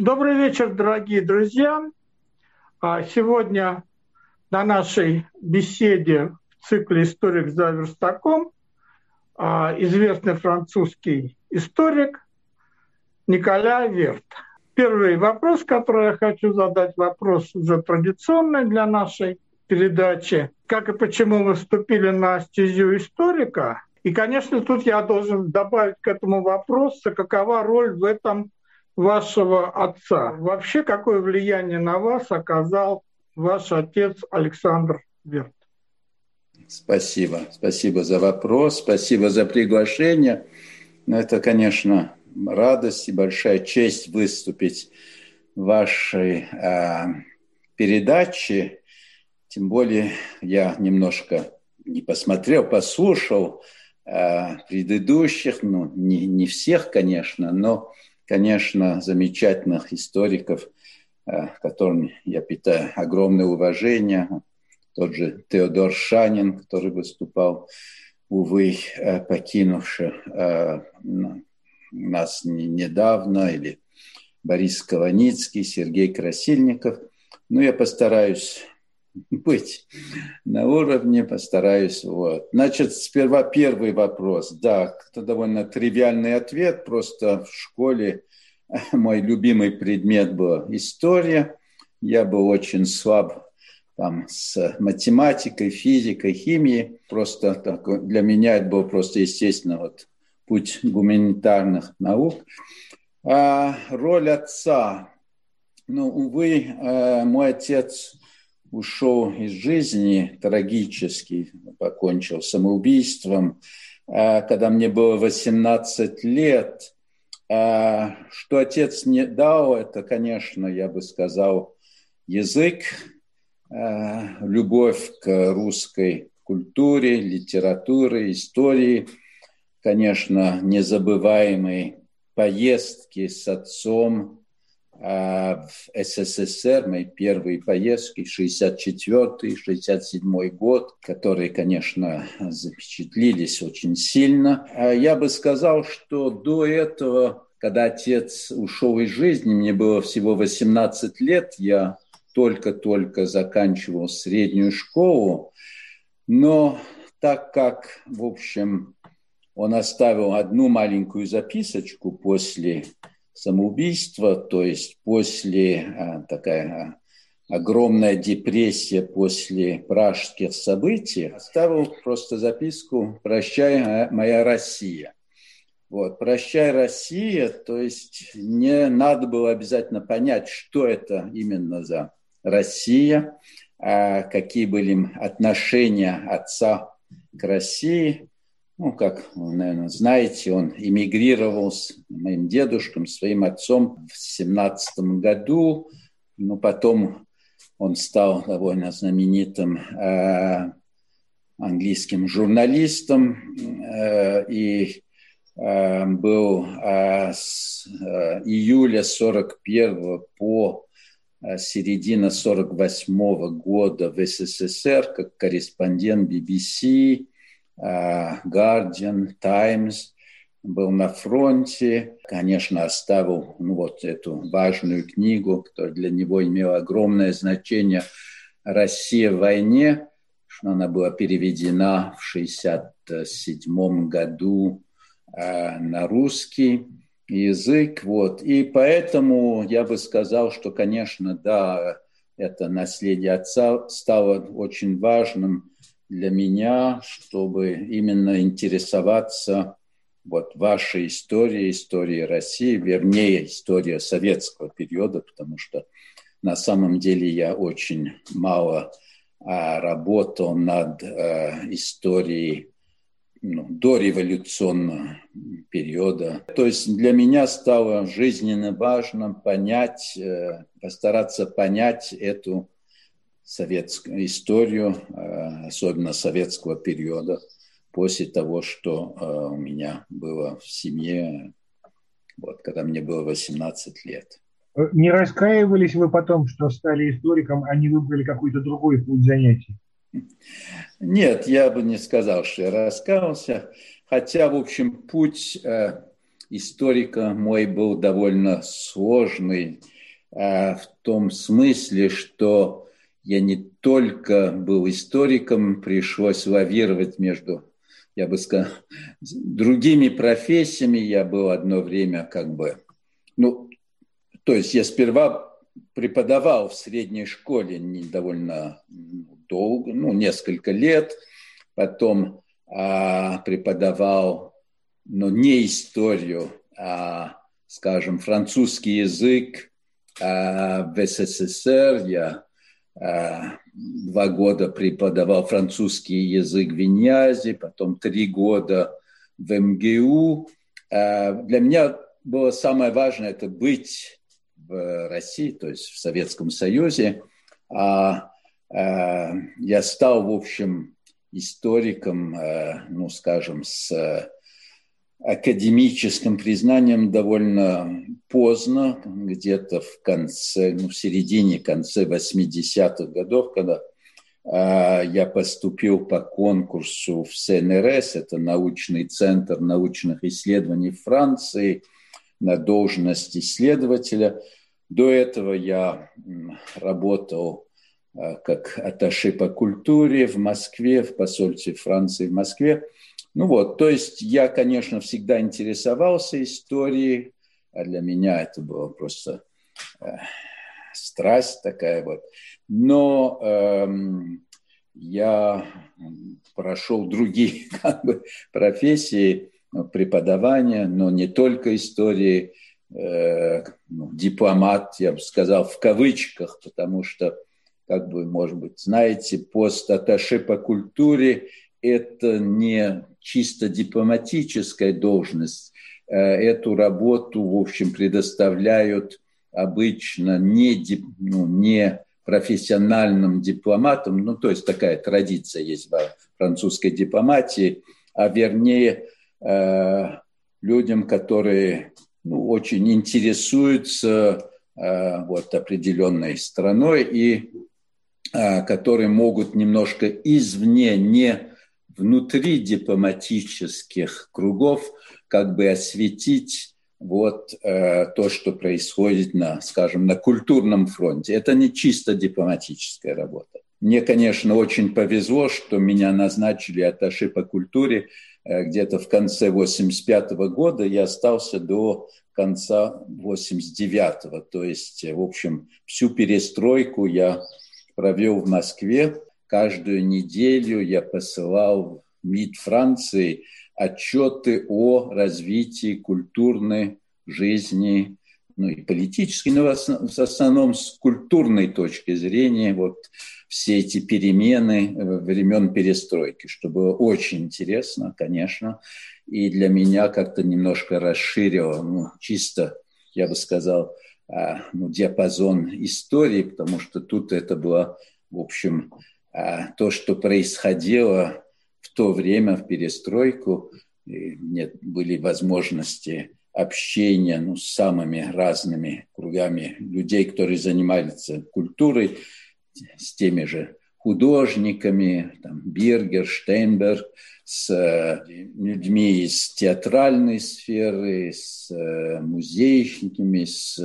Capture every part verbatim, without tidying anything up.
Добрый вечер, дорогие друзья. Сегодня на нашей беседе в цикле «Историк за верстаком» известный французский историк Николя Верт. Первый вопрос, который я хочу задать, вопрос уже традиционный для нашей передачи. Как и почему вы вступили на стезю историка? И, конечно, тут я должен добавить к этому вопросу, какова роль в этом вашего отца. Вообще, какое влияние на вас оказал ваш отец Александр Верт? Спасибо. Спасибо за вопрос, спасибо за приглашение. Это, конечно, радость и большая честь выступить в вашей э, передаче. Тем более я немножко не посмотрел, послушал э, предыдущих, ну, не, не всех, конечно, но конечно, замечательных историков, которым я питаю огромное уважение. Тот же Теодор Шанин, который выступал, увы, покинувший нас недавно, или Борис Кованицкий, Сергей Красильников. Ну, я постараюсь быть на уровне, постараюсь. Вот. Значит, сперва первый вопрос. Да, это довольно тривиальный ответ. Просто в школе мой любимый предмет был история. Я был очень слаб там, с математикой, физикой, химией. Просто так, для меня это был просто естественно вот, путь гуманитарных наук. А роль отца. Ну, увы, мой отец ушел из жизни трагически, покончил самоубийством, когда мне было восемнадцать лет. Что отец мне дал, это, конечно, я бы сказал, язык, любовь к русской культуре, литературе, истории, конечно, незабываемые поездки с отцом в СССР, мои первые поездки, шестьдесят четвёртый — шестьдесят седьмой год, которые, конечно, запечатлелись очень сильно. Я бы сказал, что до этого, когда отец ушел из жизни, мне было всего восемнадцать лет, я только-только заканчивал среднюю школу, но так как, в общем, он оставил одну маленькую записочку после самоубийства, то есть после а, такая а, огромная депрессия после пражских событий, оставил просто записку «Прощай, моя Россия». Вот, «Прощай, Россия», то есть не надо было обязательно понять, что это именно за Россия, а какие были отношения отца к России. Ну, как вы, наверное, знаете, он эмигрировал с моим дедушкой, своим отцом в семнадцатом году. Но потом он стал довольно знаменитым э, английским журналистом э, и э, был э, с э, июля сорок первого по э, середину сорок восьмого года в СССР как корреспондент би би си, Guardian, Times, был на фронте, конечно, оставил ну, вот эту важную книгу, которая для него имела огромное значение «Россия в войне», что она была переведена в шестьдесят седьмом году э, на русский язык. Вот. И поэтому я бы сказал, что, конечно, да, это наследие отца стало очень важным для меня, чтобы именно интересоваться вот вашей историей, историей России, вернее, историей советского периода, потому что на самом деле я очень мало а, работал над а, историей ну, дореволюционного периода. То есть для меня стало жизненно важным понять, э, постараться понять эту советскую историю, особенно советского периода, после того, что у меня было в семье, вот, когда мне было восемнадцать лет. Не раскаивались вы потом, что стали историком, а не выбрали какой-то другой путь занятий? Нет, я бы не сказал, что я раскаялся. Хотя, в общем, путь историка мой был довольно сложный. в том смысле, что я не только был историком, пришлось лавировать между, я бы сказал, другими профессиями. Я был одно время как бы, ну, то есть я сперва преподавал в средней школе не довольно долго, ну, несколько лет, потом а, преподавал, но не историю, а, скажем, французский язык а, в СССР. Я а, два года преподавал французский язык в Иньязе, потом три года в эм гэ у. А, для меня было самое важное – это быть в России, то есть в Советском Союзе. А, а, я стал, в общем, историком, а, ну, скажем, с академическим признанием довольно поздно, где-то в конце, ну, в середине, конце восьмидесятых годов, когда а, я поступил по конкурсу в СНРС, это научный центр научных исследований Франции, на должность исследователя. До этого я работал как атташе по культуре в Москве, в посольстве Франции в Москве. Ну вот, то есть я, конечно, всегда интересовался историей, а для меня это было просто э, страсть такая вот. Но э, я прошел другие как бы профессии, преподавания, но не только истории, э, ну, дипломат, я бы сказал, в кавычках, потому что, как бы, может быть, знаете, пост атташе по культуре – это не чисто дипломатическая должность. Эту работу, в общем, предоставляют обычно не, ну, не профессиональным дипломатам, ну, то есть такая традиция есть во французской дипломатии, а вернее людям, которые, ну, очень интересуются э, вот, определенной страной и э, которые могут немножко извне, не внутри дипломатических кругов, как бы осветить вот, э, то, что происходит на, скажем, на культурном фронте. Это не чисто дипломатическая работа. Мне, конечно, очень повезло, что меня назначили атташе по культуре где-то в конце восемьдесят пятого года, я остался до конца восемьдесят девятого. То есть, в общем, всю перестройку я провел в Москве. Каждую неделю я посылал в МИД Франции отчеты о развитии культурной жизни, ну и политической, но в основном с культурной точки зрения, вот все эти перемены времен перестройки, что было очень интересно, конечно, и для меня как-то немножко расширило, ну, чисто, я бы сказал, ну, диапазон истории, потому что тут это было, в общем, то, что происходило в то время, в перестройку, и мне были возможности общения, ну, с самыми разными кругами людей, которые занимаются культурой, с теми же художниками, там, Биргер, Штейнберг, с людьми из театральной сферы, с музейщиками, с,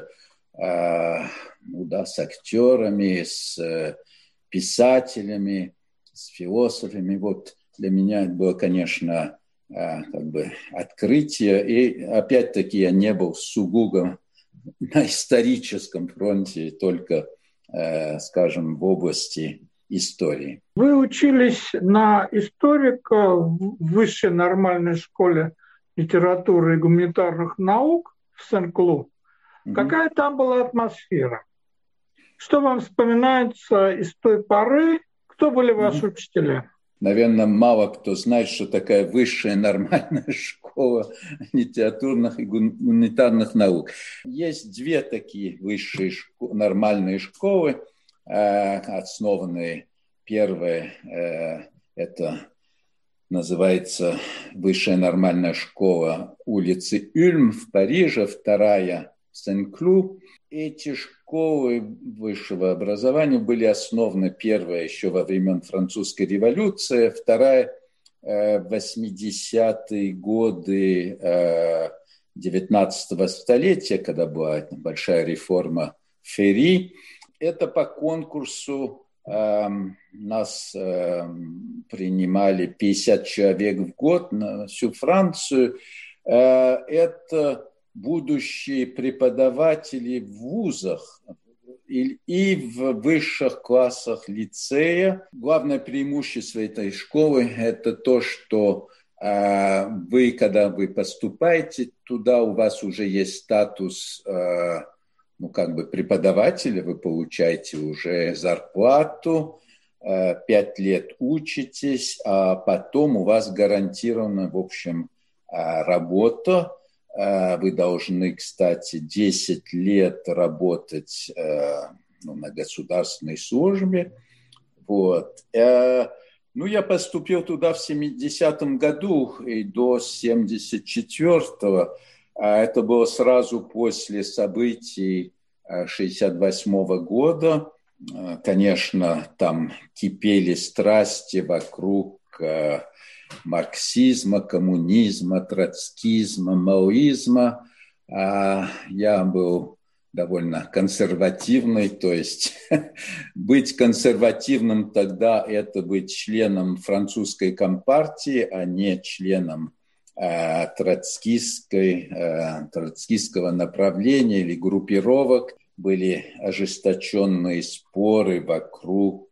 ну, да, с актерами, с писателями, с философами. Вот для меня это было, конечно, как бы открытие. И опять-таки я не был сугубо на историческом фронте, только, скажем, в области истории. Вы учились на историка в высшей нормальной школе литературы и гуманитарных наук в Сен-Клу. Mm-hmm. Какая там была атмосфера? Что вам вспоминается из той поры? Кто были ваши mm-hmm. учителя? Наверное, мало кто знает, что такая высшая нормальная школа литературных и гуманитарных наук. Есть две такие высшие школы, нормальные школы, основанные. Первая – это называется Высшая нормальная школа улицы Ульм в Париже, вторая – Сен-Клу. Эти школы высшего образования были основаны, первая еще во времен Французской революции, вторая в восьмидесятые годы девятнадцатого столетия, когда была большая реформа Ферри. Это по конкурсу э, нас э, принимали пятьдесят человек в год на всю Францию. Э, это будущие преподаватели в вузах и, и в высших классах лицея. Главное преимущество этой школы – это то, что э, вы, когда вы поступаете туда, у вас уже есть статус э, ну, как бы преподавателя, вы получаете уже зарплату, пять лет учитесь, а потом у вас гарантирована, в общем, работа. Вы должны, кстати, десять лет работать ну, на государственной службе. Вот. Ну, я поступил туда в семидесятом году и до семьдесят четвёртого. Это было сразу после событий шестьдесят восьмого года. Конечно, там кипели страсти вокруг марксизма, коммунизма, троцкизма, маоизма. Я был довольно консервативный, то есть быть консервативным тогда – это быть членом французской компартии, а не членом троцкистской, троцкистского направления или группировок. Были ожесточенные споры вокруг,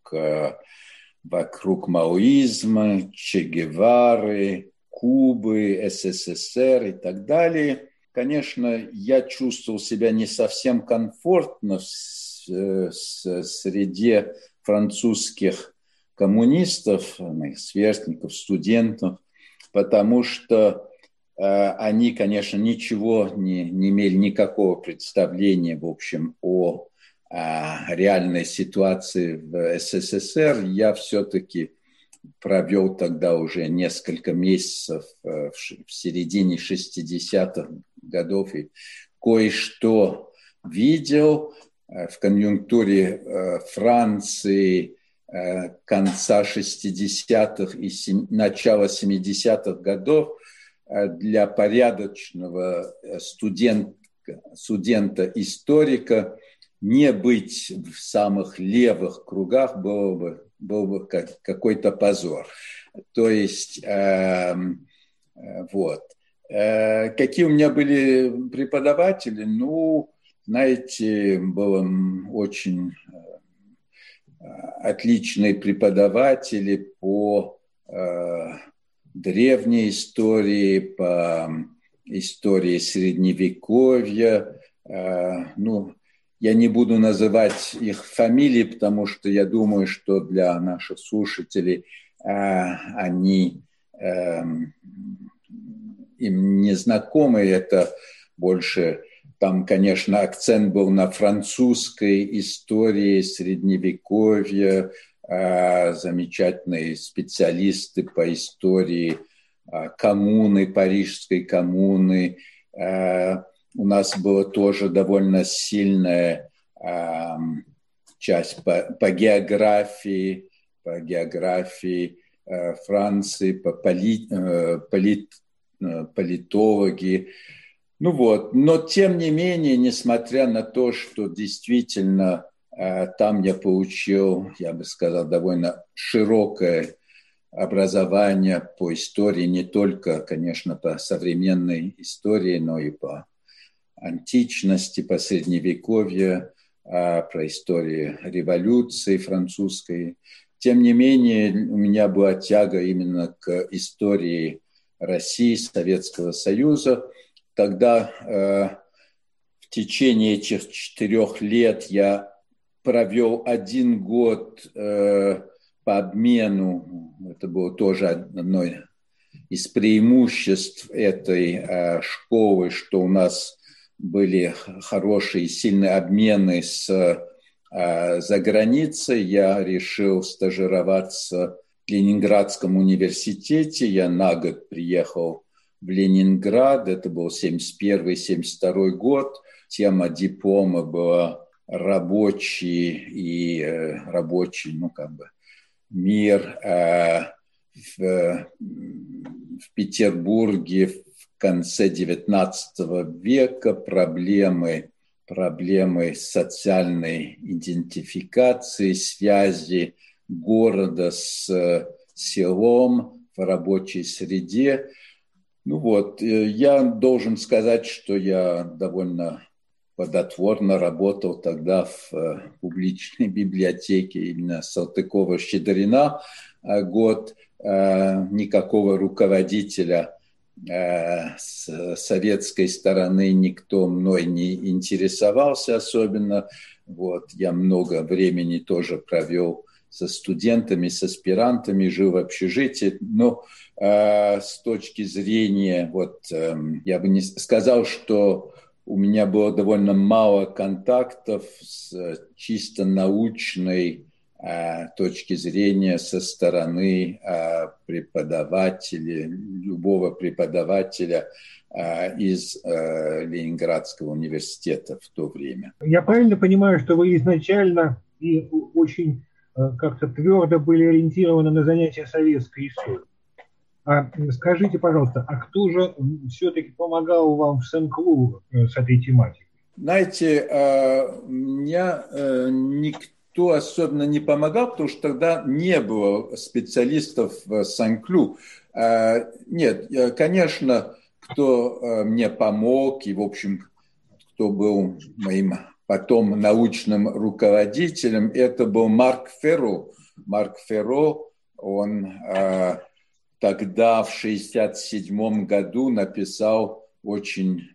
вокруг маоизма, Че Гевары, Кубы, СССР и так далее. Конечно, я чувствовал себя не совсем комфортно в, в, в среде французских коммунистов, моих сверстников, студентов, потому что э, они, конечно, ничего не, не имели, никакого представления, в общем, о э, реальной ситуации в СССР. Я все-таки провел тогда уже несколько месяцев э, в, в середине шестидесятых годов и кое-что видел э, в конъюнктуре э, Франции конца шестидесятых и сем... начала семидесятых годов для порядочного студента, студента-историка не быть в самых левых кругах было бы, был бы как, какой-то позор. То есть, э, вот. Э, какие у меня были преподаватели? Ну, знаете, было очень... отличные преподаватели по э, древней истории, по истории Средневековья. Э, ну, я не буду называть их фамилии, потому что я думаю, что для наших слушателей э, они э, им не знакомы. Это больше... Там, конечно, акцент был на французской истории Средневековья, замечательные специалисты по истории коммуны, Парижской коммуны. У нас была тоже довольно сильная часть по, по географии, по географии Франции, по поли, полит, политологии. Ну вот, но тем не менее, несмотря на то, что действительно э, там я получил, я бы сказал, довольно широкое образование по истории, не только, конечно, по современной истории, но и по античности, по средневековью, э, про историю революции французской. Тем не менее, у меня была тяга именно к истории России, Советского Союза. Тогда э, в течение этих четырех лет я провел один год э, по обмену. Это было тоже одно из преимуществ этой э, школы, что у нас были хорошие, сильные обмены с э, за границей. Я решил стажироваться в Ленинградском университете. Я на год приехал в Ленинград, это был семьдесят первый — семьдесят второй год. Тема диплома была рабочий и э, рабочий, ну как бы мир э, в, в Петербурге в конце девятнадцатого века, проблемы, проблемы социальной идентификации, связи города с селом в рабочей среде. Ну вот, я должен сказать, что я довольно плодотворно работал тогда в публичной библиотеке именно Салтыкова-Щедрина год. Никакого руководителя с советской стороны никто мной не интересовался особенно. Вот, я много времени тоже провел со студентами, с аспирантами, жил в общежитии. Но э, с точки зрения, вот, э, я бы не сказал, что у меня было довольно мало контактов с чисто научной э, точки зрения со стороны э, преподавателя, любого преподавателя э, из э, Ленинградского университета в то время. Я правильно понимаю, что вы изначально и очень как-то твердо были ориентированы на занятия советской историей? А скажите, пожалуйста, а кто же все-таки помогал вам в Сен-Клу с этой тематикой? Знаете, меня никто особенно не помогал, потому что тогда не было специалистов в Сен-Клу. Нет, конечно, кто мне помог и, в общем, кто был моим потом научным руководителем, это был Марк Ферро. Марк Ферро, он э, тогда в шестьдесят седьмом году написал очень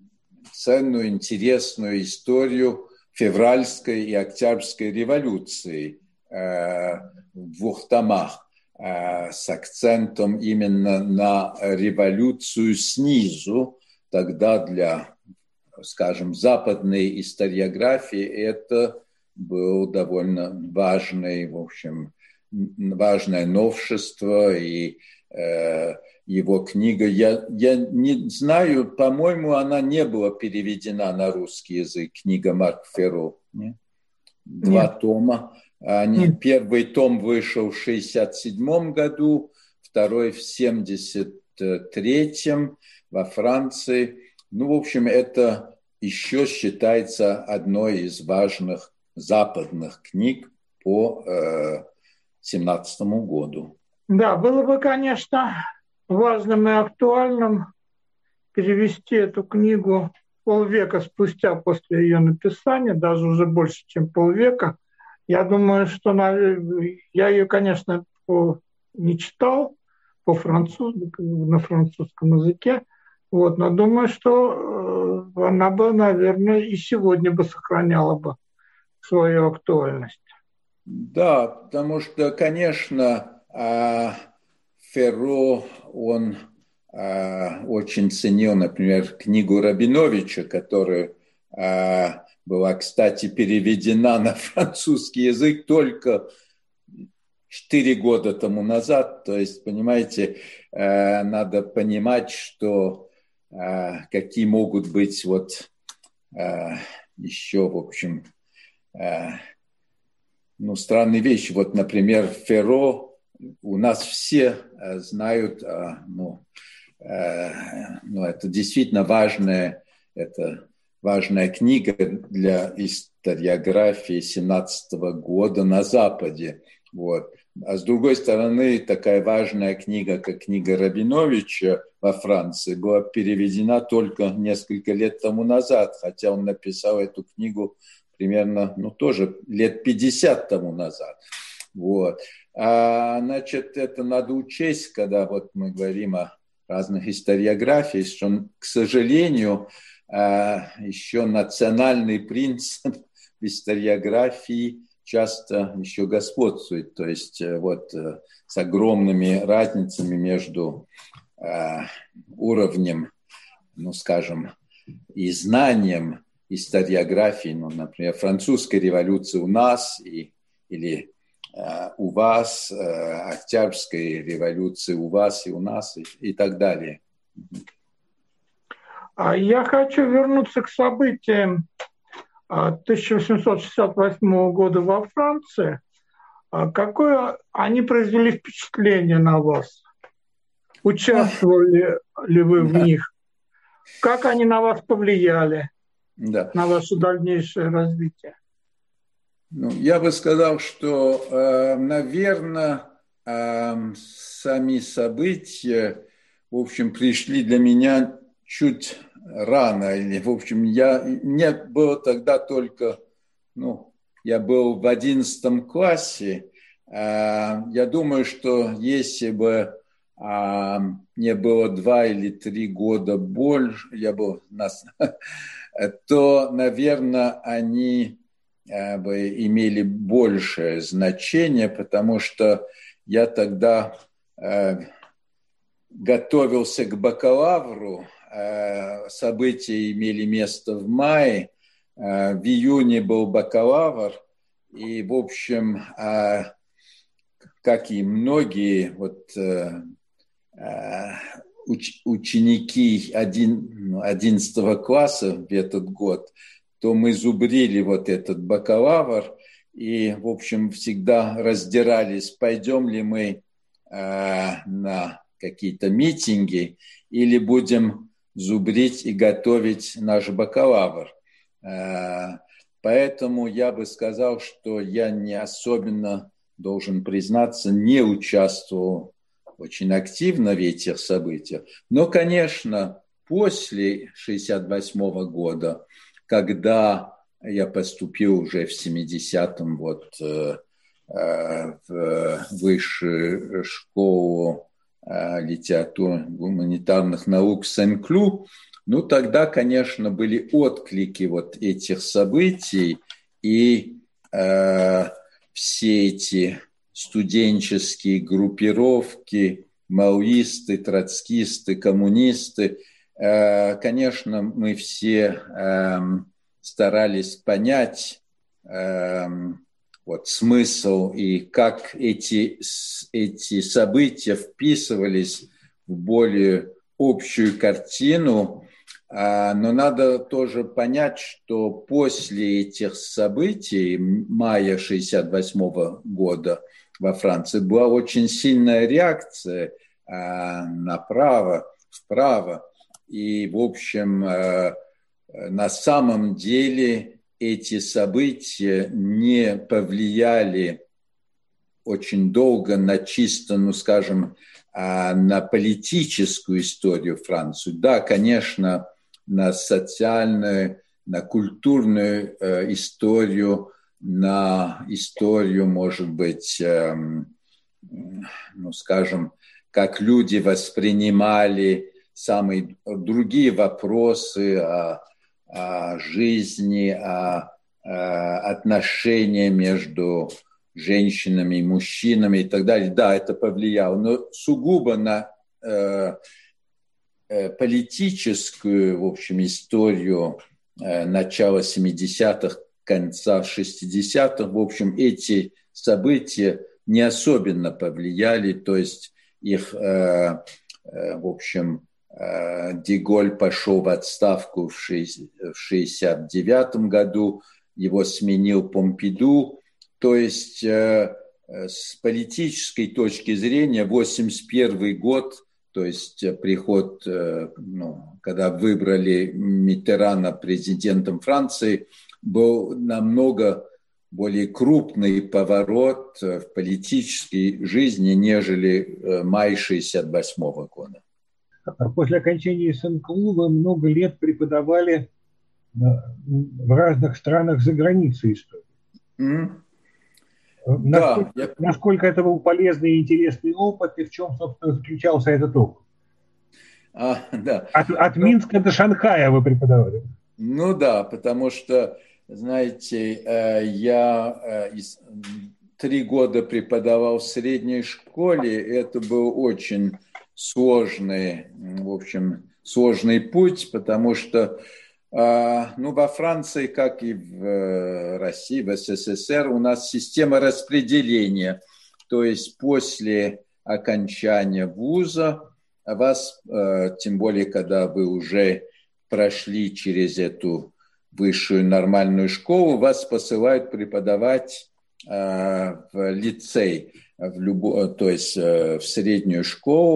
ценную, интересную историю февральской и октябрьской революции э, в двух томах э, с акцентом именно на революцию снизу. Тогда для, скажем, западной историографии это был довольно важный, в общем, важное новшество, и э, его книга, я, я не знаю, по-моему, она не была переведена на русский язык, книга Марк Ферро. Не? Два Нет. тома. Они, первый том вышел в шестьдесят седьмом году, второй в семьдесят третьем во Франции. Ну, в общем, это еще считается одной из важных западных книг по э, семнадцатому году. Да, было бы, конечно, важным и актуальным перевести эту книгу полвека спустя после ее написания, даже уже больше, чем полвека. Я думаю, что я ее, конечно, не читал по-французски, на французском языке, вот, но думаю, что она бы, наверное, и сегодня бы сохраняла бы свою актуальность. Да, потому что, конечно, Ферро, он очень ценил, например, книгу Рабиновича, которая была, кстати, переведена на французский язык только четыре года тому назад. То есть, понимаете, надо понимать, что какие могут быть вот еще, в общем, ну, странные вещи. Вот, например, Ферро, у нас все знают, ну, ну, это действительно важная, это важная книга для историографии семнадцатого года на Западе. Вот. А с другой стороны, такая важная книга, как книга Рабиновича во Франции, была переведена только несколько лет тому назад, хотя он написал эту книгу примерно, ну, тоже лет пятьдесят тому назад. Вот. А, значит, это надо учесть, когда вот мы говорим о разных историографиях, что, к сожалению, еще национальный принцип в историографии часто еще господствует, то есть вот с огромными разницами между уровнем, ну, скажем, и знанием историографии, ну, например, французской революции у нас и, или э, у вас, э, Октябрьской революции у вас и у нас и, и так далее. Я хочу вернуться к событиям тысяча восемьсот шестьдесят восьмого года во Франции. Какое они произвели впечатление на вас? Участвовали ли вы в них? Как они на вас повлияли, Да. на ваше дальнейшее развитие? Ну, я бы сказал, что, э, наверное, э, сами события, в общем, пришли для меня чуть рано. Или, в общем, я, мне было тогда только, ну, я был в одиннадцатом классе. Э, я думаю, что если бы э, мне было два или три года больше, я был, то, наверное, они бы имели большее значение, потому что я тогда э, готовился к бакалавру, э, события имели место в мае, э, в июне был бакалавр, и, в общем, э, как и многие вот, э, э, уч- ученики один, одиннадцатого класса в этот год, то мы зубрили вот этот бакалавр и, в общем, всегда раздирались, пойдем ли мы э, на какие-то митинги или будем зубрить и готовить наш бакалавр. Э, поэтому я бы сказал, что я не особенно, должен признаться, не участвовал очень активно в этих событиях. Но, конечно, после шестьдесят восьмого года, когда я поступил уже в семидесятом вот, э, э, в высшую школу э, литературы гуманитарных наук Сен-Клю, ну тогда, конечно, были отклики вот этих событий, и э, все эти студенческие группировки, маоисты, троцкисты, коммунисты, конечно, мы все э, старались понять э, вот, смысл и как эти, эти события вписывались в более общую картину. Но надо тоже понять, что после этих событий мая шестьдесят восьмого года во Франции была очень сильная реакция направо, вправо. И, в общем, на самом деле эти события не повлияли очень долго на чисто, ну, скажем, на политическую историю Франции. Да, конечно, на социальную, на культурную историю, на историю, может быть, ну, скажем, как люди воспринимали самые другие вопросы о, о жизни, о, о отношениях между женщинами и мужчинами и так далее. Да, это повлияло, но сугубо на э, э, политическую, в общем, историю э, начала семидесятых, конца шестидесятых, в общем, эти события не особенно повлияли, то есть их, э, э, в общем, де Голль пошел в отставку в шестьдесят девятом году, его сменил Помпиду. То есть с политической точки зрения восемьдесят первый год, то есть приход, ну, когда выбрали Миттерана президентом Франции, был намного более крупный поворот в политической жизни, нежели май шестьдесят восьмого года. После окончания Сен-Клю вы много лет преподавали в разных странах за границей истории. Mm-hmm. Насколько, да, я... насколько это был полезный и интересный опыт, и в чем, собственно, заключался этот опыт? А, да. От, от Минска до Шанхая вы преподавали. Ну да, потому что, знаете, я три года преподавал в средней школе, это был очень сложный, в общем, сложный путь, потому что, ну, во Франции, как и в России, в СССР, у нас система распределения, то есть после окончания вуза вас, тем более, когда вы уже прошли через эту высшую нормальную школу, вас посылают преподавать в лицей, в любо, то есть в среднюю школу.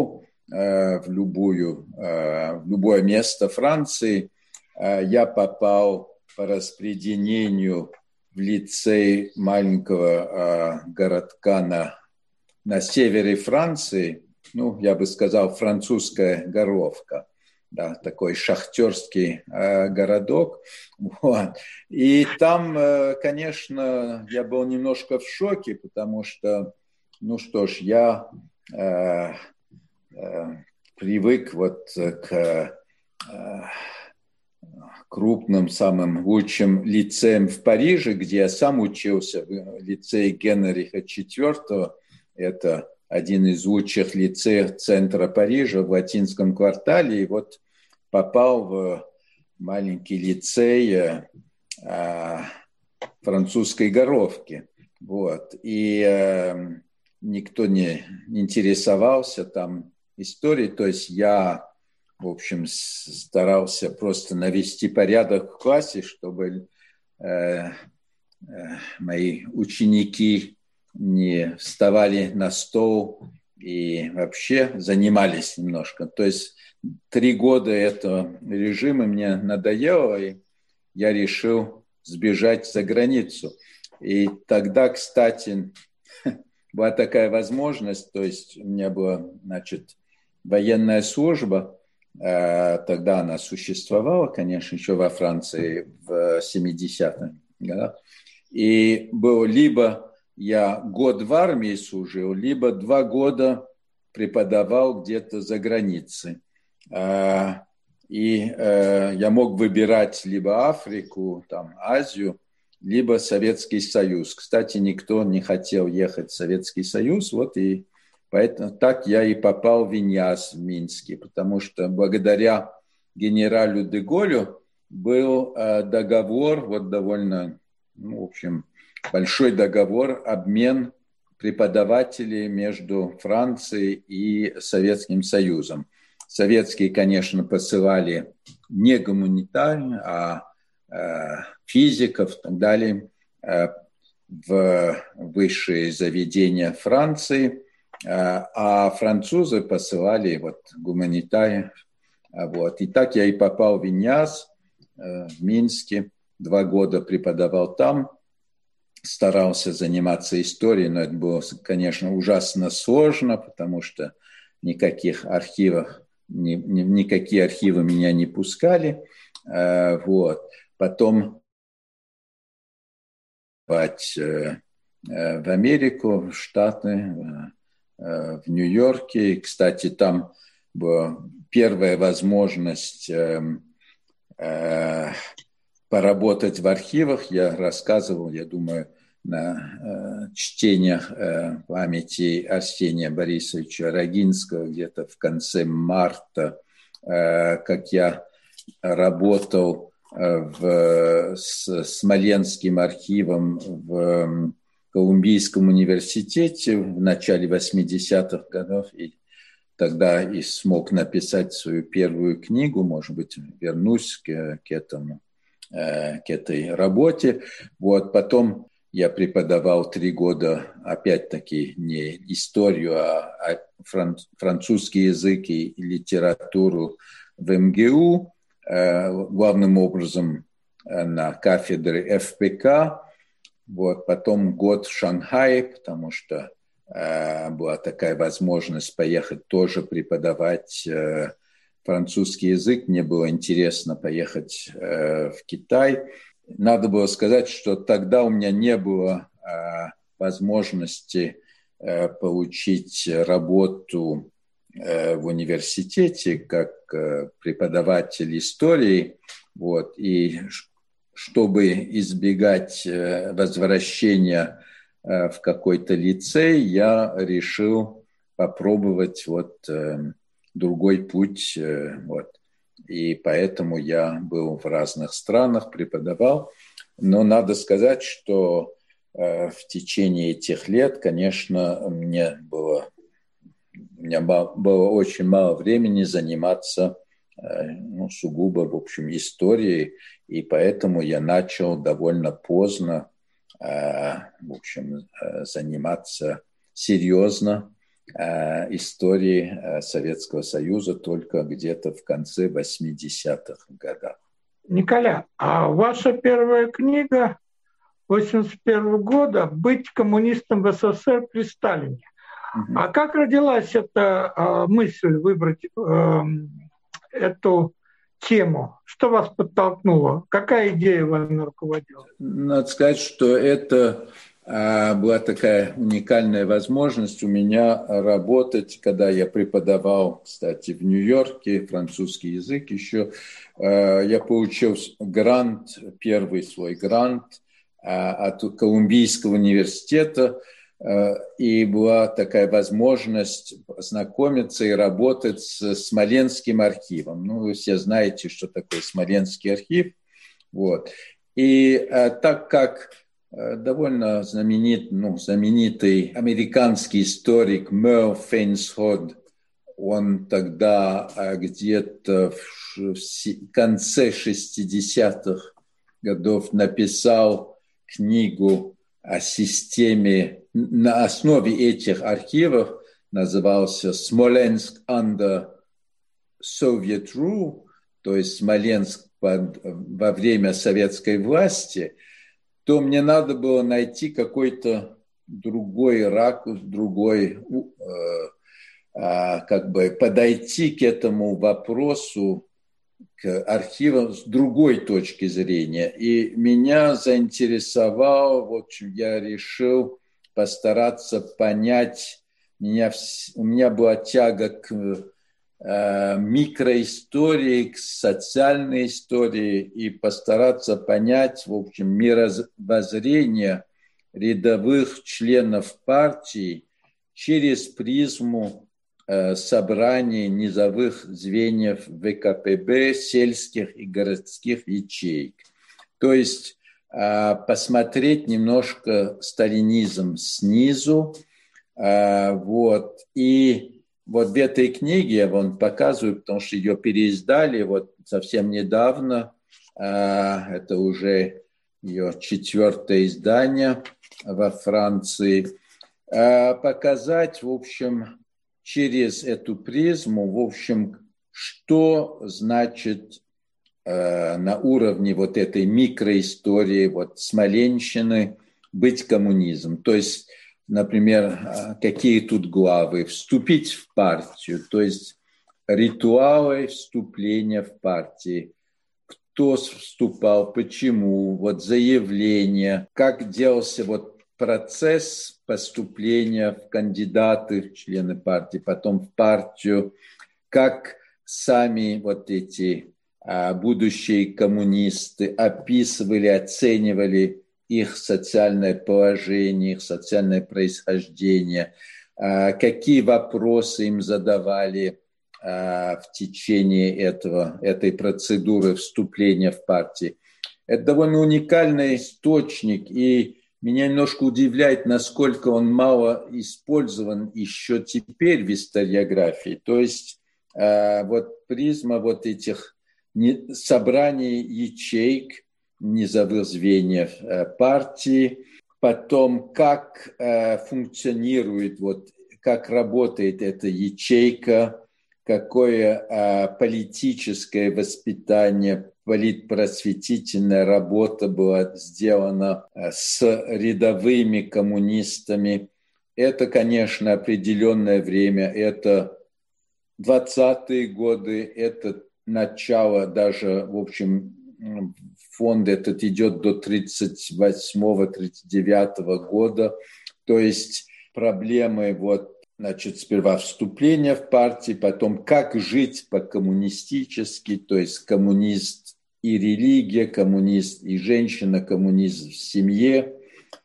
в, любую, в любое место Франции. Я попал по распределению в лицей маленького городка на, на севере Франции, ну, я бы сказал, французская Горовка. Да, такой шахтерский э, городок. Вот. И там, э, конечно, я был немножко в шоке, потому что, ну что ж, я э, э, привык вот к э, крупным, самым лучшим лицеям в Париже, где я сам учился, в лицее Генриха четвёртого. Это один из лучших лицеев центра Парижа в латинском квартале. И вот попал в маленький лицей э, французской Горовки. Вот. И э, никто не интересовался там историей. То есть я, в общем, старался просто навести порядок в классе, чтобы э, э, мои ученики не вставали на стол и вообще занимались немножко. То есть три года этого режима мне надоело, и я решил сбежать за границу. И тогда, кстати, была такая возможность, то есть у меня была, значит, военная служба, тогда она существовала, конечно, еще во Франции в семидесятых годах, и было либо я год в армии служил, либо два года преподавал где-то за границей. И я мог выбирать либо Африку, там, Азию, либо Советский Союз. Кстати, никто не хотел ехать в Советский Союз, вот и поэтому так я и попал в Иньяс в Минске, потому что благодаря генералу де Голлю был договор, вот довольно, ну, в общем, большой договор, обмен преподавателей между Францией и Советским Союзом. Советские, конечно, посылали не гуманитарных, а э, физиков и так далее э, в высшие заведения Франции, э, а французы посылали вот, гуманитариев. Вот. И так я и попал в Иньяс, э, в Минске, два года преподавал там, старался заниматься историей, но это было, конечно, ужасно сложно, потому что никаких архивов, ни, ни, никакие архивы меня не пускали. Э, вот. Потом в Америку, в Штаты, в Нью-Йорке. И, кстати, там была первая возможность э, э, поработать в архивах. Я рассказывал, я думаю, на э, чтениях э, памяти Арсения Борисовича Рогинского где-то в конце марта, э, как я работал э, в, с Смоленским архивом в Колумбийском университете в начале восьмидесятых годов, и тогда и смог написать свою первую книгу, может быть, вернусь к, к этому, э, к этой работе. Вот, потом я преподавал три года, опять-таки, не историю, а, а фран, французский язык и литературу в эм гэ у, э, главным образом э, на кафедре эф пэ ка. Вот, потом год в Шанхае, потому что э, была такая возможность поехать тоже преподавать э, французский язык. Мне было интересно поехать э, в Китай. Надо было сказать, что тогда у меня не было э, возможности э, получить работу э, в университете как э, преподаватель истории. Вот, и чтобы избегать э, возвращения э, в какой-то лицей, я решил попробовать вот, э, другой путь. Э, вот. И поэтому я был в разных странах, преподавал. Но надо сказать, что э, в течение этих лет, конечно, мне было, у меня было очень мало времени заниматься э, ну, сугубо, в общем, историей. И поэтому я начал довольно поздно э, в общем, э, заниматься серьезно истории Советского Союза только где-то в конце восьмидесятых годов. Николя, а ваша первая книга восемьдесят первого года «Быть коммунистом в СССР при Сталине». Угу. А как родилась эта э, мысль выбрать э, эту тему? Что вас подтолкнуло? Какая идея вами руководила? Надо сказать, что это э, была такая уникальная возможность у меня работать, когда я преподавал, кстати, в Нью-Йорке французский язык еще. Э, я получил грант, первый свой грант э, от Колумбийского университета. И была такая возможность познакомиться и работать с Смоленским архивом. Ну, вы все знаете, что такое Смоленский архив. Вот. И а, так как а, довольно знаменит, ну, знаменитый американский историк Мерл Фейнсход, он тогда а, где-то в, в конце шестидесятых годов написал книгу о системе, на основе этих архивов, назывался «Смоленск under Soviet Rule», то есть Смоленск под, во время советской власти, то мне надо было найти какой-то другой ракурс, другой, э, э, как бы подойти к этому вопросу, к архивам с другой точки зрения. И меня заинтересовал, в общем, я решил постараться понять, меня, у меня была тяга к э, микроистории, к социальной истории и постараться понять, в общем, мировоззрение рядовых членов партии через призму собраний низовых звеньев ВКПБ, сельских и городских ячеек. То есть посмотреть немножко сталинизм снизу. Вот. И вот в этой книге я вам показываю, потому что ее переиздали вот совсем недавно. Это уже ее четвертое издание во Франции. Показать, в общем, через эту призму, в общем, что значит э, на уровне вот этой микроистории, вот Смоленщины, быть коммунизмом. То есть, например, какие тут главы? Вступить в партию, то есть ритуалы вступления в партию. Кто вступал, почему, вот заявление, как делался вот процесс поступления в кандидаты, в члены партии, потом в партию, как сами вот эти а, будущие коммунисты описывали, оценивали их социальное положение, их социальное происхождение, а, какие вопросы им задавали а, в течение этого, этой процедуры вступления в партию. Это довольно уникальный источник, и меня немножко удивляет, насколько он мало использован еще теперь в историографии. То есть э, вот призма вот этих не, собраний ячеек, низовых звеньев э, партии, потом как э, функционирует, вот, как работает эта ячейка, какое э, политическое воспитание, политпросветительная работа была сделана с рядовыми коммунистами. Это, конечно, определенное время, это двадцатые годы, это начало даже, в общем, фонд этот идет до тридцать восьмого — тридцать девятого года. То есть проблемы вот, значит, сперва вступление в партию, потом как жить по-коммунистически, то есть коммунист и религия, коммунист и женщина, коммунизм в семье,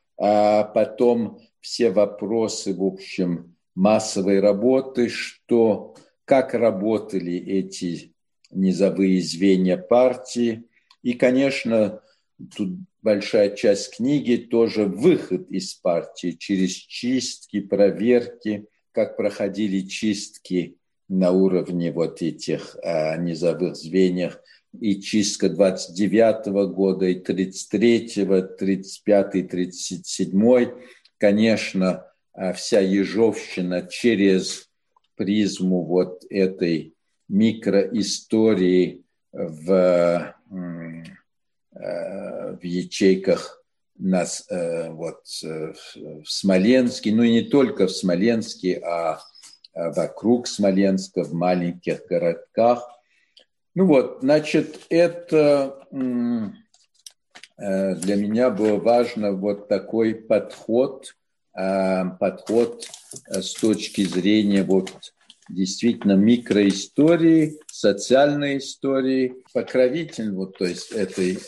а потом все вопросы, в общем, массовой работы, что, как работали эти низовые звенья партии. И, конечно, тут большая часть книги тоже выход из партии через чистки, проверки, как проходили чистки на уровне вот этих а, низовых звеньев, и чистка двадцать девятого года, и тридцать третьего, тридцать пятый, тридцать седьмой. Конечно, вся ежовщина через призму вот этой микроистории в, в ячейках нас, вот, в Смоленске, ну и не только в Смоленске, а вокруг Смоленска, в маленьких городках. Ну вот, значит, это для меня было важно, вот такой подход, подход с точки зрения вот действительно микроистории, социальной истории. Покровитель вот, то есть этой,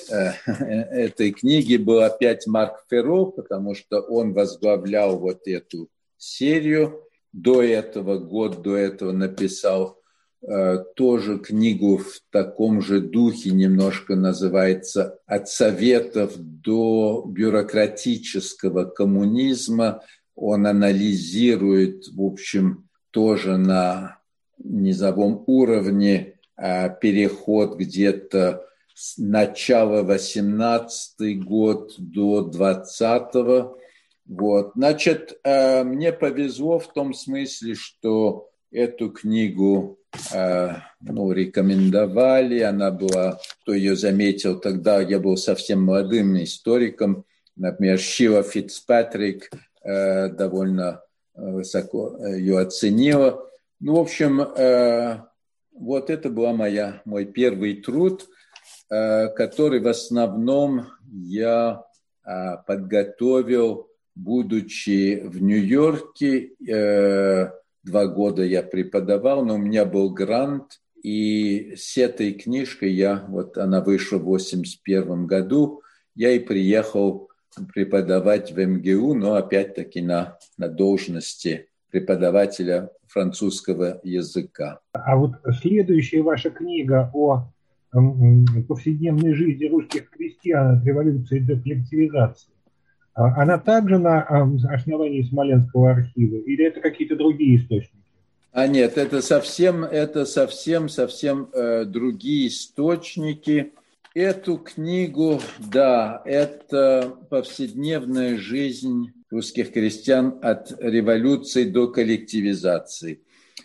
этой книги был опять Марк Ферро, потому что он возглавлял вот эту серию. До этого, год до этого написал э, тоже книгу в таком же духе, немножко называется «От советов до бюрократического коммунизма». Он анализирует, в общем, тоже на низовом уровне э, переход где-то с начала восемнадцатый год до двадцатого. Вот. Значит, э, мне повезло в том смысле, что эту книгу э, ну, рекомендовали. Она была, кто ее заметил, тогда я был совсем молодым историком. Например, Шила Фицпатрик э, довольно высоко ее оценила. Ну, в общем, э, вот это был моя, мой первый труд, э, который в основном я э, подготовил, будучи в Нью-Йорке. Э, два года я преподавал, но у меня был грант, и с этой книжкой я, вот она вышла в восемьдесят первом году, я и приехал преподавать в эм гэ у, но опять-таки на, на должности преподавателя французского языка. А вот следующая ваша книга о повседневной жизни русских крестьян от революции до коллективизации, она также на основании Смоленского архива или это какие-то другие источники? А нет, это совсем, это совсем, совсем э, другие источники. Эту книгу, да, это повседневная жизнь русских крестьян от революции до коллективизации.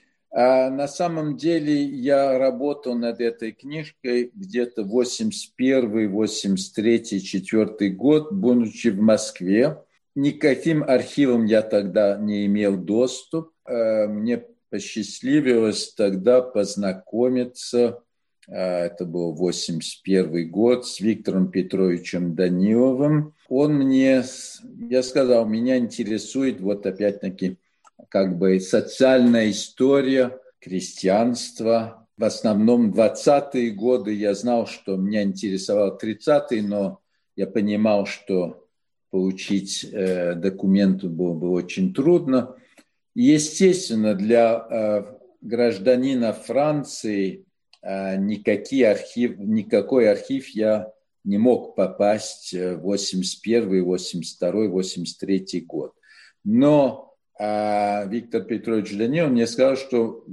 А на самом деле я работал над этой книжкой где-то восемьдесят первый, восемьдесят третий, четвёртый год, будучи в Москве. Никаким архивом я тогда не имел доступ. Мне посчастливилось тогда познакомиться, это был восемьдесят первый год, с Виктором Петровичем Даниловым. Он мне, я сказал, меня интересует вот опять-таки как бы социальная история крестьянства. В основном двадцатые годы я знал, что меня интересовал тридцатые, но я понимал, что получить э, документы было бы очень трудно. Естественно, для э, гражданина Франции э, никакие архив, никакой архив я не мог попасть в восемьдесят первый, восемьдесят второй, восемьдесят третий год. Но э, Виктор Петрович Данилов мне сказал, что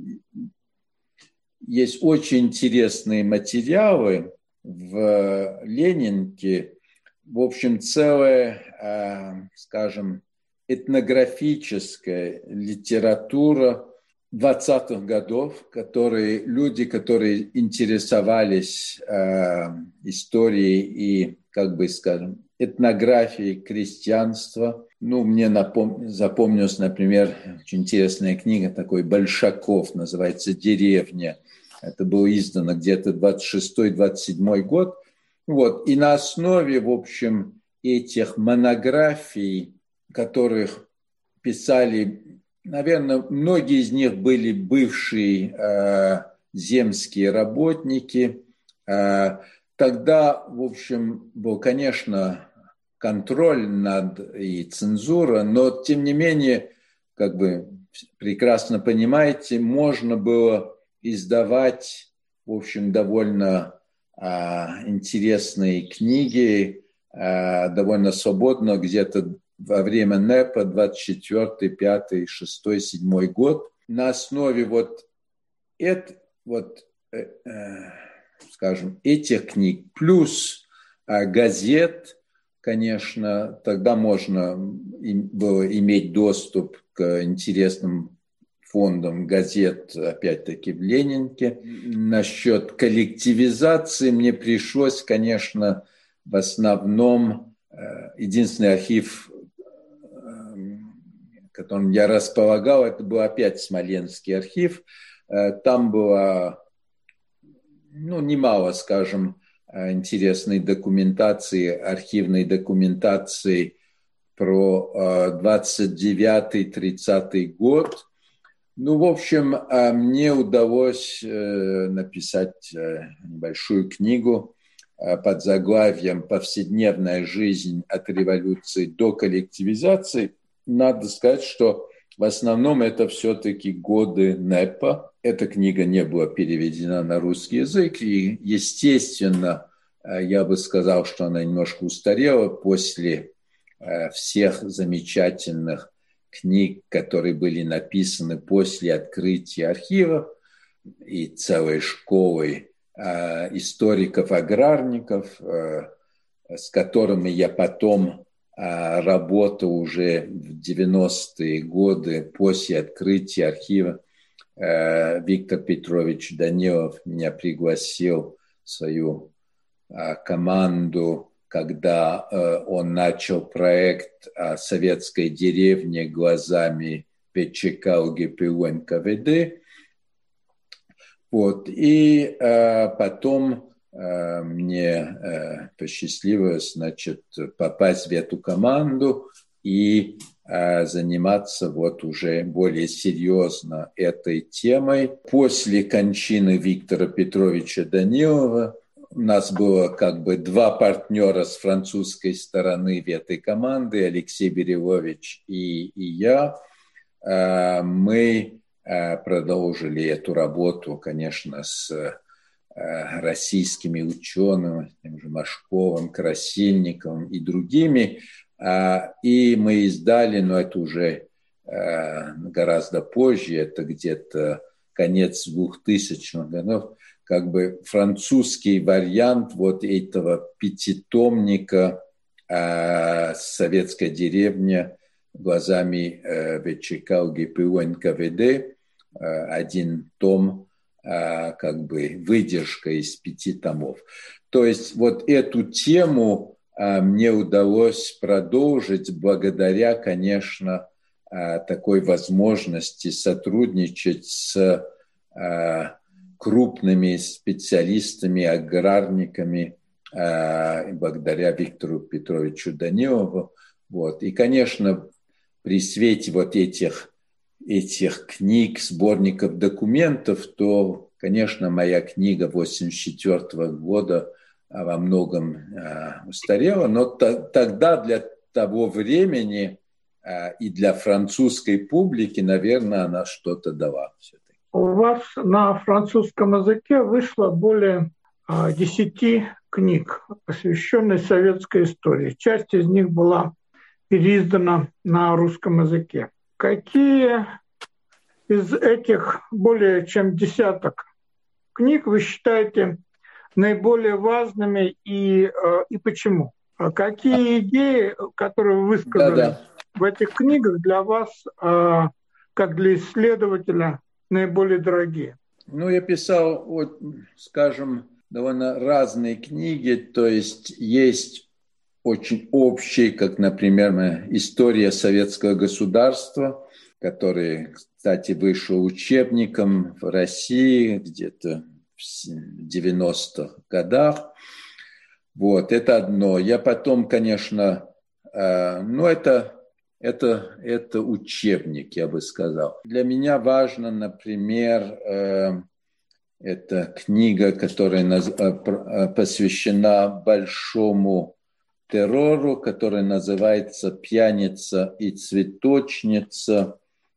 есть очень интересные материалы в Ленинке, в общем, целая, э, скажем, этнографическая литература двадцатых годов, которые, люди, которые интересовались э, историей и, как бы скажем, этнографией крестьянства. Ну, мне напом... запомнилась, например, очень интересная книга такой Большаков, называется «Деревня». Это было издано где-то двадцать шестой - двадцать седьмой год. Вот. И на основе, в общем, этих монографий, которых писали, наверное, многие из них были бывшие э, земские работники. Э, тогда, в общем, был, конечно, контроль над и цензура, но, тем не менее, как бы прекрасно понимаете, можно было издавать, в общем, довольно э, интересные книги, э, довольно свободно, где-то во время НЭПа двадцать четвёртый, пятый, шестой, седьмой год. На основе вот, это, вот э, э, скажем, этих книг плюс э, газет, конечно, тогда можно было иметь доступ к интересным фондам газет, опять-таки, в Ленинке. Насчет коллективизации мне пришлось, конечно, в основном единственный архив, которым я располагал, это был опять Смоленский архив. Там было, ну, немало, скажем, интересной документации, архивной документации про двадцать девятый тридцатый год. Ну, в общем, мне удалось написать небольшую книгу под заглавием «Повседневная жизнь от революции до коллективизации». Надо сказать, что в основном это все-таки годы НЭПа. Эта книга не была переведена на русский язык, и, естественно, я бы сказал, что она немножко устарела после всех замечательных книг, которые были написаны после открытия архивов и целой школы историков-аграрников, с которыми я потом работал уже в девяностые годы после открытия архива. Виктор Петрович Данилов меня пригласил в свою команду, когда он начал проект о советской деревне глазами ПЧК ЛГПУ эн ка вэ дэ. Вот. И потом мне посчастливилось, значит, попасть в эту команду и заниматься вот уже более серьезно этой темой. После кончины Виктора Петровича Данилова у нас было как бы два партнера с французской стороны в этой команде, Алексей Берилович и, и я. Мы продолжили эту работу, конечно, с российскими учеными, тем же Машковым, Красильниковым и другими. И мы издали, но это уже гораздо позже, это где-то конец двухтысячных годов, как бы французский вариант вот этого пятитомника «Советская деревня» глазами ВЧК ЛГПУ эн ка вэ дэ. Один том, как бы выдержка из пяти томов. То есть вот эту тему мне удалось продолжить благодаря, конечно, такой возможности сотрудничать с крупными специалистами, аграрниками, благодаря Виктору Петровичу Данилову. Вот. И, конечно, при свете вот этих этих книг, сборников документов, то, конечно, моя книга восемьдесят четвёртого года во многом э, устарела, но т- тогда для того времени э, и для французской публики, наверное, она что-то дала все-таки. У вас на французском языке вышло более э, десяти книг, посвященных советской истории. Часть из них была переиздана на русском языке. Какие из этих более чем десяток книг вы считаете наиболее важными и, и почему? А какие идеи, которые вы высказали Да-да. в этих книгах, для вас, как для исследователя, наиболее дорогие? Ну, я писал, вот, скажем, довольно разные книги, то есть есть очень общие, как, например, «История советского государства», который, кстати, вышел учебником в России где-то в девяностых годах. Вот, это одно. Я потом, конечно, э, ну, это, это, это учебник, я бы сказал. Для меня важно, например, э, это книга, которая наз... посвящена большому террору, который называется «Пьяница и цветочница.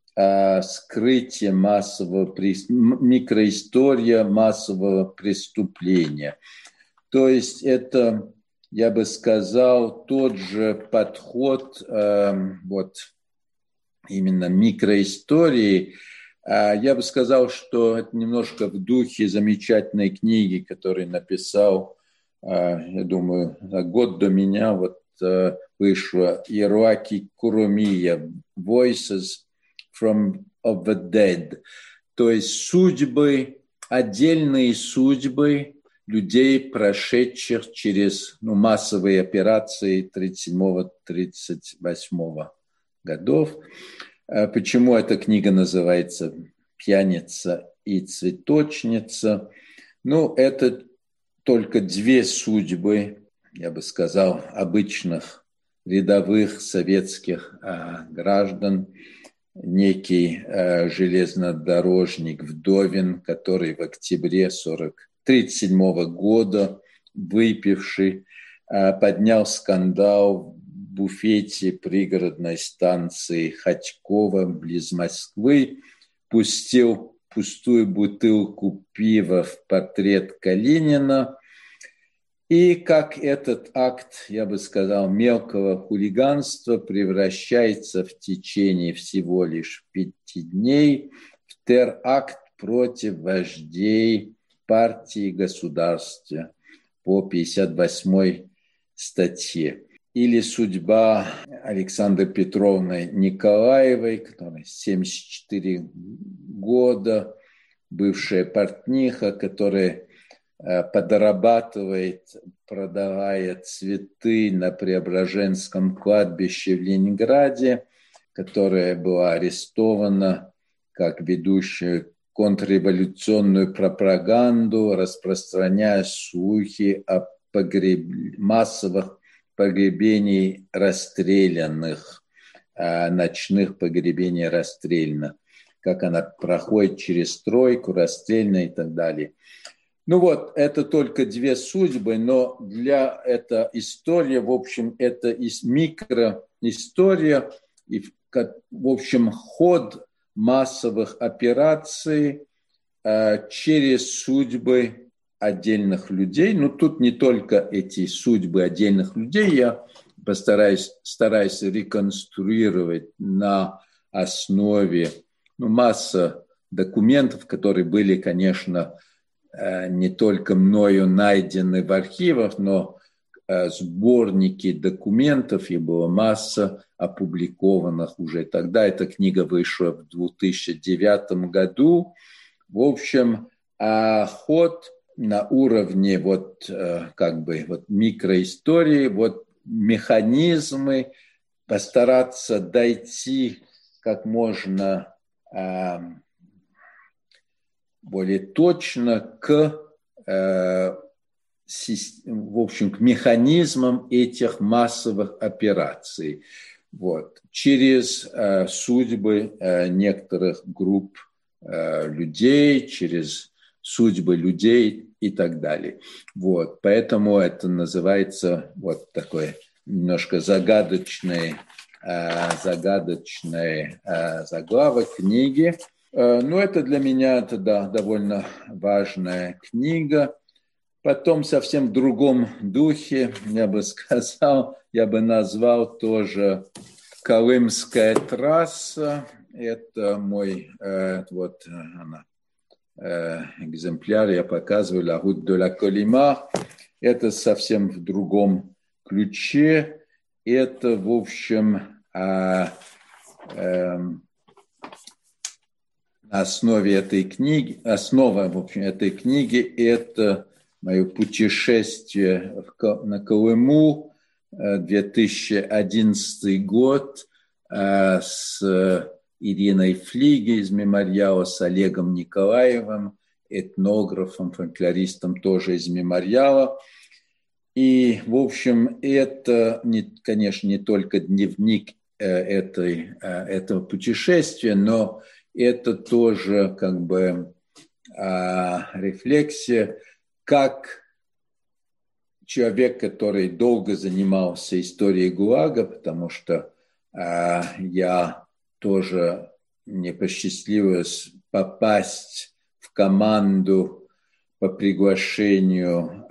Скрытие массового преступления, микроистория массового преступления». То есть это, я бы сказал, тот же подход вот именно микроистории. Я бы сказал, что это немножко в духе замечательной книги, которую написал, я думаю, за год до меня, вот вышло Иеруаки Куромия Voices from of the Dead, то есть судьбы, отдельные судьбы людей, прошедших через ну, массовые операции тридцать седьмого — тридцать восьмого годов. Почему эта книга называется «Пьяница и цветочница»? Ну, это только две судьбы, я бы сказал, обычных рядовых советских а, граждан. Некий а, железнодорожник Вдовин, который в октябре тридцать седьмого года, выпивший, а, поднял скандал в буфете пригородной станции Хотьково близ Москвы, пустил пустую бутылку пива в портрет Калинина. И как этот акт, я бы сказал, мелкого хулиганства превращается в течение всего лишь пяти дней в теракт против вождей партии и государства по пятьдесят восьмой статье. Или судьба Александры Петровны Николаевой, которая семьдесят четыре года, бывшая портниха, которая подрабатывает, продавая цветы на Преображенском кладбище в Ленинграде, которая была арестована как ведущая контрреволюционную пропаганду, распространяя слухи о погреб... массовых погребений расстрелянных, ночных погребений расстрелянных, как она проходит через стройку, расстрельная и так далее. Ну вот, это только две судьбы, но для этой истории, в общем, это микроистория, и, в общем, ход массовых операций э, через судьбы отдельных людей. Ну, тут не только эти судьбы отдельных людей, я постараюсь стараюсь реконструировать на основе ну, массы документов, которые были, конечно, не только мною найдены в архивах, но сборники документов, и была масса опубликованных уже тогда. Эта книга вышла в две тысячи девятом году. В общем, ход на уровне вот, как бы, вот микроистории, вот механизмы, постараться дойти как можно более точно к, в общем, к механизмам этих массовых операций. Вот. Через судьбы некоторых групп людей, через судьбы людей и так далее. Вот. Поэтому это называется вот такой немножко загадочный, загадочный заглавок книги. Ну, это для меня это, да, довольно важная книга. Потом совсем в другом духе, я бы сказал, я бы назвал тоже «Колымская трасса». Это мой вот она, экземпляр, я показываю «La route de la Colima». Это совсем в другом ключе. Это, в общем, на основе этой книги, основа, в общем, этой книги – это мое путешествие на Колыму, две тысячи одиннадцатый год, с Ириной Флиге из мемориала, с Олегом Николаевым, этнографом, фольклористом тоже из мемориала. И, в общем, это, конечно, не только дневник этой, этого путешествия, но это тоже как бы рефлексия, как человек, который долго занимался историей ГУЛАГа, потому что я тоже мне посчастливилось попасть в команду по приглашению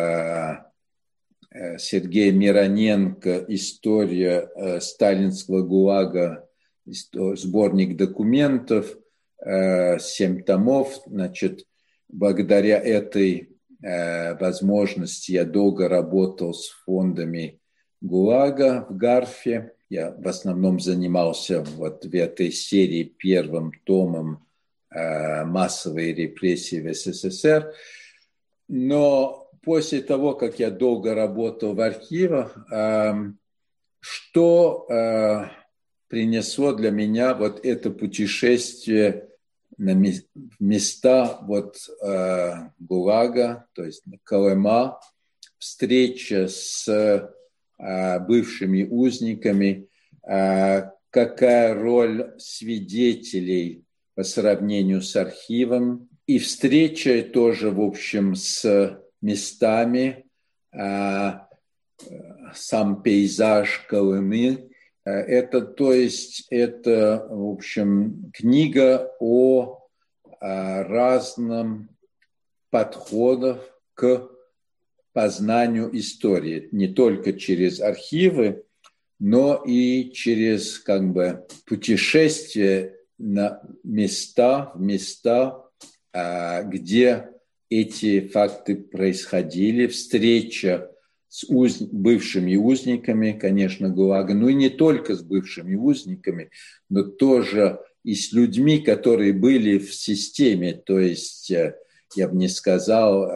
Сергея Мироненко «История сталинского ГУЛАГа», сборник документов, семь томов. Значит, благодаря этой возможности я долго работал с фондами ГУЛАГа в Гарфе. Я в основном занимался вот в этой серии первым томом э, «Массовые репрессии в СССР». Но после того, как я долго работал в архивах, э, что э, принесло для меня вот это путешествие на места вот, э, ГУЛАГа, то есть Колыма, встреча с э, бывшими узниками, э, какая роль свидетелей по сравнению с архивом, и встреча тоже, в общем, с местами, э, сам пейзаж Колымы. Это, то есть, это, в общем, книга о, о разном подходах к познанию истории. Не только через архивы, но и через, как бы, путешествие на места, в места, где эти факты происходили, встреча с уз... бывшими узниками, конечно, ГУЛАГа, ну и не только с бывшими узниками, но тоже и с людьми, которые были в системе, то есть, я бы не сказал,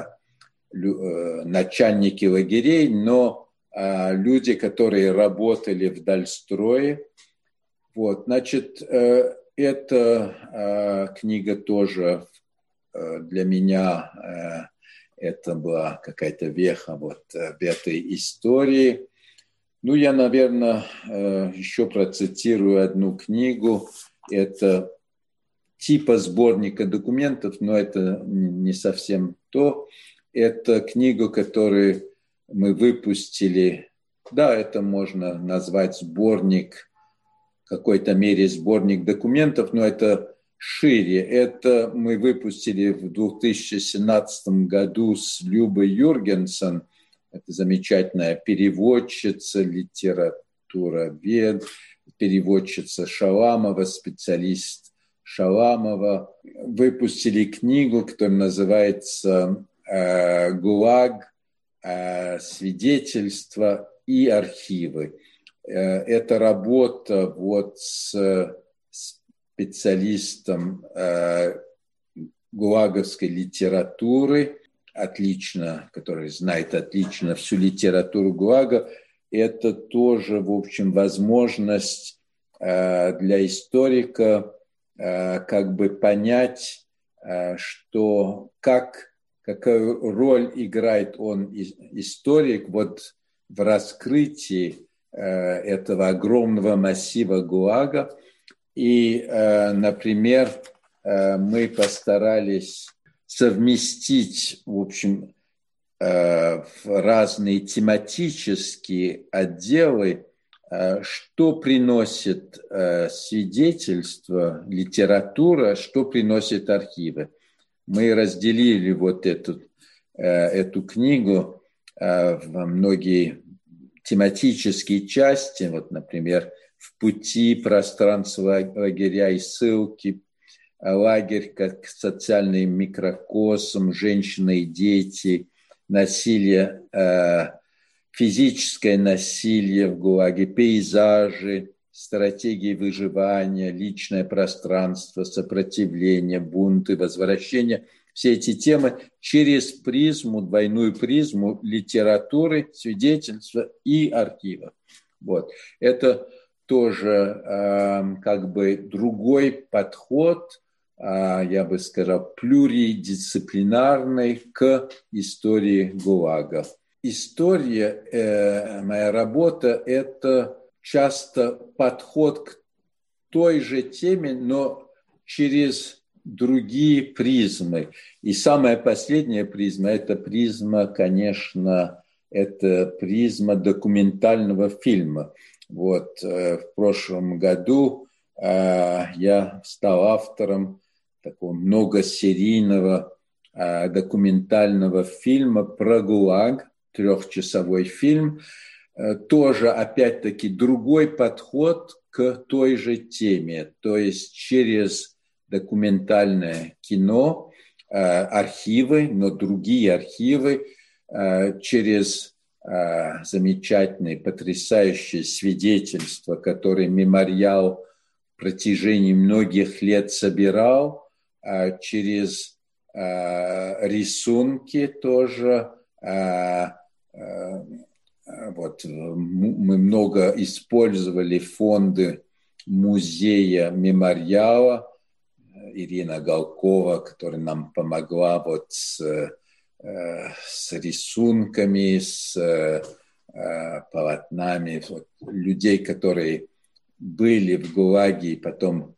начальники лагерей, но люди, которые работали в Дальстрое. Вот, значит, эта книга тоже для меня... Это была какая-то веха вот в этой истории. Ну, я, наверное, еще процитирую одну книгу. Это типа сборника документов, но это не совсем то. Это книга, которую мы выпустили. Да, это можно назвать сборник, в какой-то мере сборник документов, но это шире. Это мы выпустили в две тысячи семнадцатом году с Любой Юргенсон. Это замечательная переводчица, литературовед, переводчица Шаламова, специалист Шаламова. Выпустили книгу, которая называется э, «ГУЛАГ. Э, свидетельства и архивы». Э, это работа вот с специалистом э, гулаговской литературы, отлично, который знает отлично всю литературу ГУЛАГа. Это тоже, в общем, возможность э, для историка э, как бы понять, э, что как, какую роль играет он, историк, вот в раскрытии э, этого огромного массива ГУЛАГа. И, например, мы постарались совместить, в общем, разные тематические отделы, что приносит свидетельство, литература, что приносит архивы. Мы разделили вот эту, эту книгу во многие тематические части, вот, например, в пути, пространство лагеря и ссылки, лагерь как социальный микрокосм, женщины и дети, насилие, физическое насилие в ГУЛАГе, пейзажи, стратегии выживания, личное пространство, сопротивление, бунты, возвращение. Все эти темы через призму, двойную призму литературы, свидетельства и архива. Вот. Это тоже э, как бы другой подход, э, я бы сказал, плюридисциплинарный к истории ГУЛАГа. История, э, моя работа, это часто подход к той же теме, но через другие призмы. И самая последняя призма, это призма, конечно, это призма документального фильма. Вот, в прошлом году э, я стал автором такого многосерийного э, документального фильма про ГУЛАГ, трехчасовой фильм. Э, тоже, опять-таки, другой подход к той же теме, то есть через документальное кино, э, архивы, но другие архивы, э, через замечательные, потрясающие свидетельства, которые мемориал в протяжении многих лет собирал, через рисунки тоже. Вот, мы много использовали фонды музея мемориала. Ирина Галкова, которая нам помогла вот с, с рисунками, с полотнами, вот, людей, которые были в ГУЛАГе и потом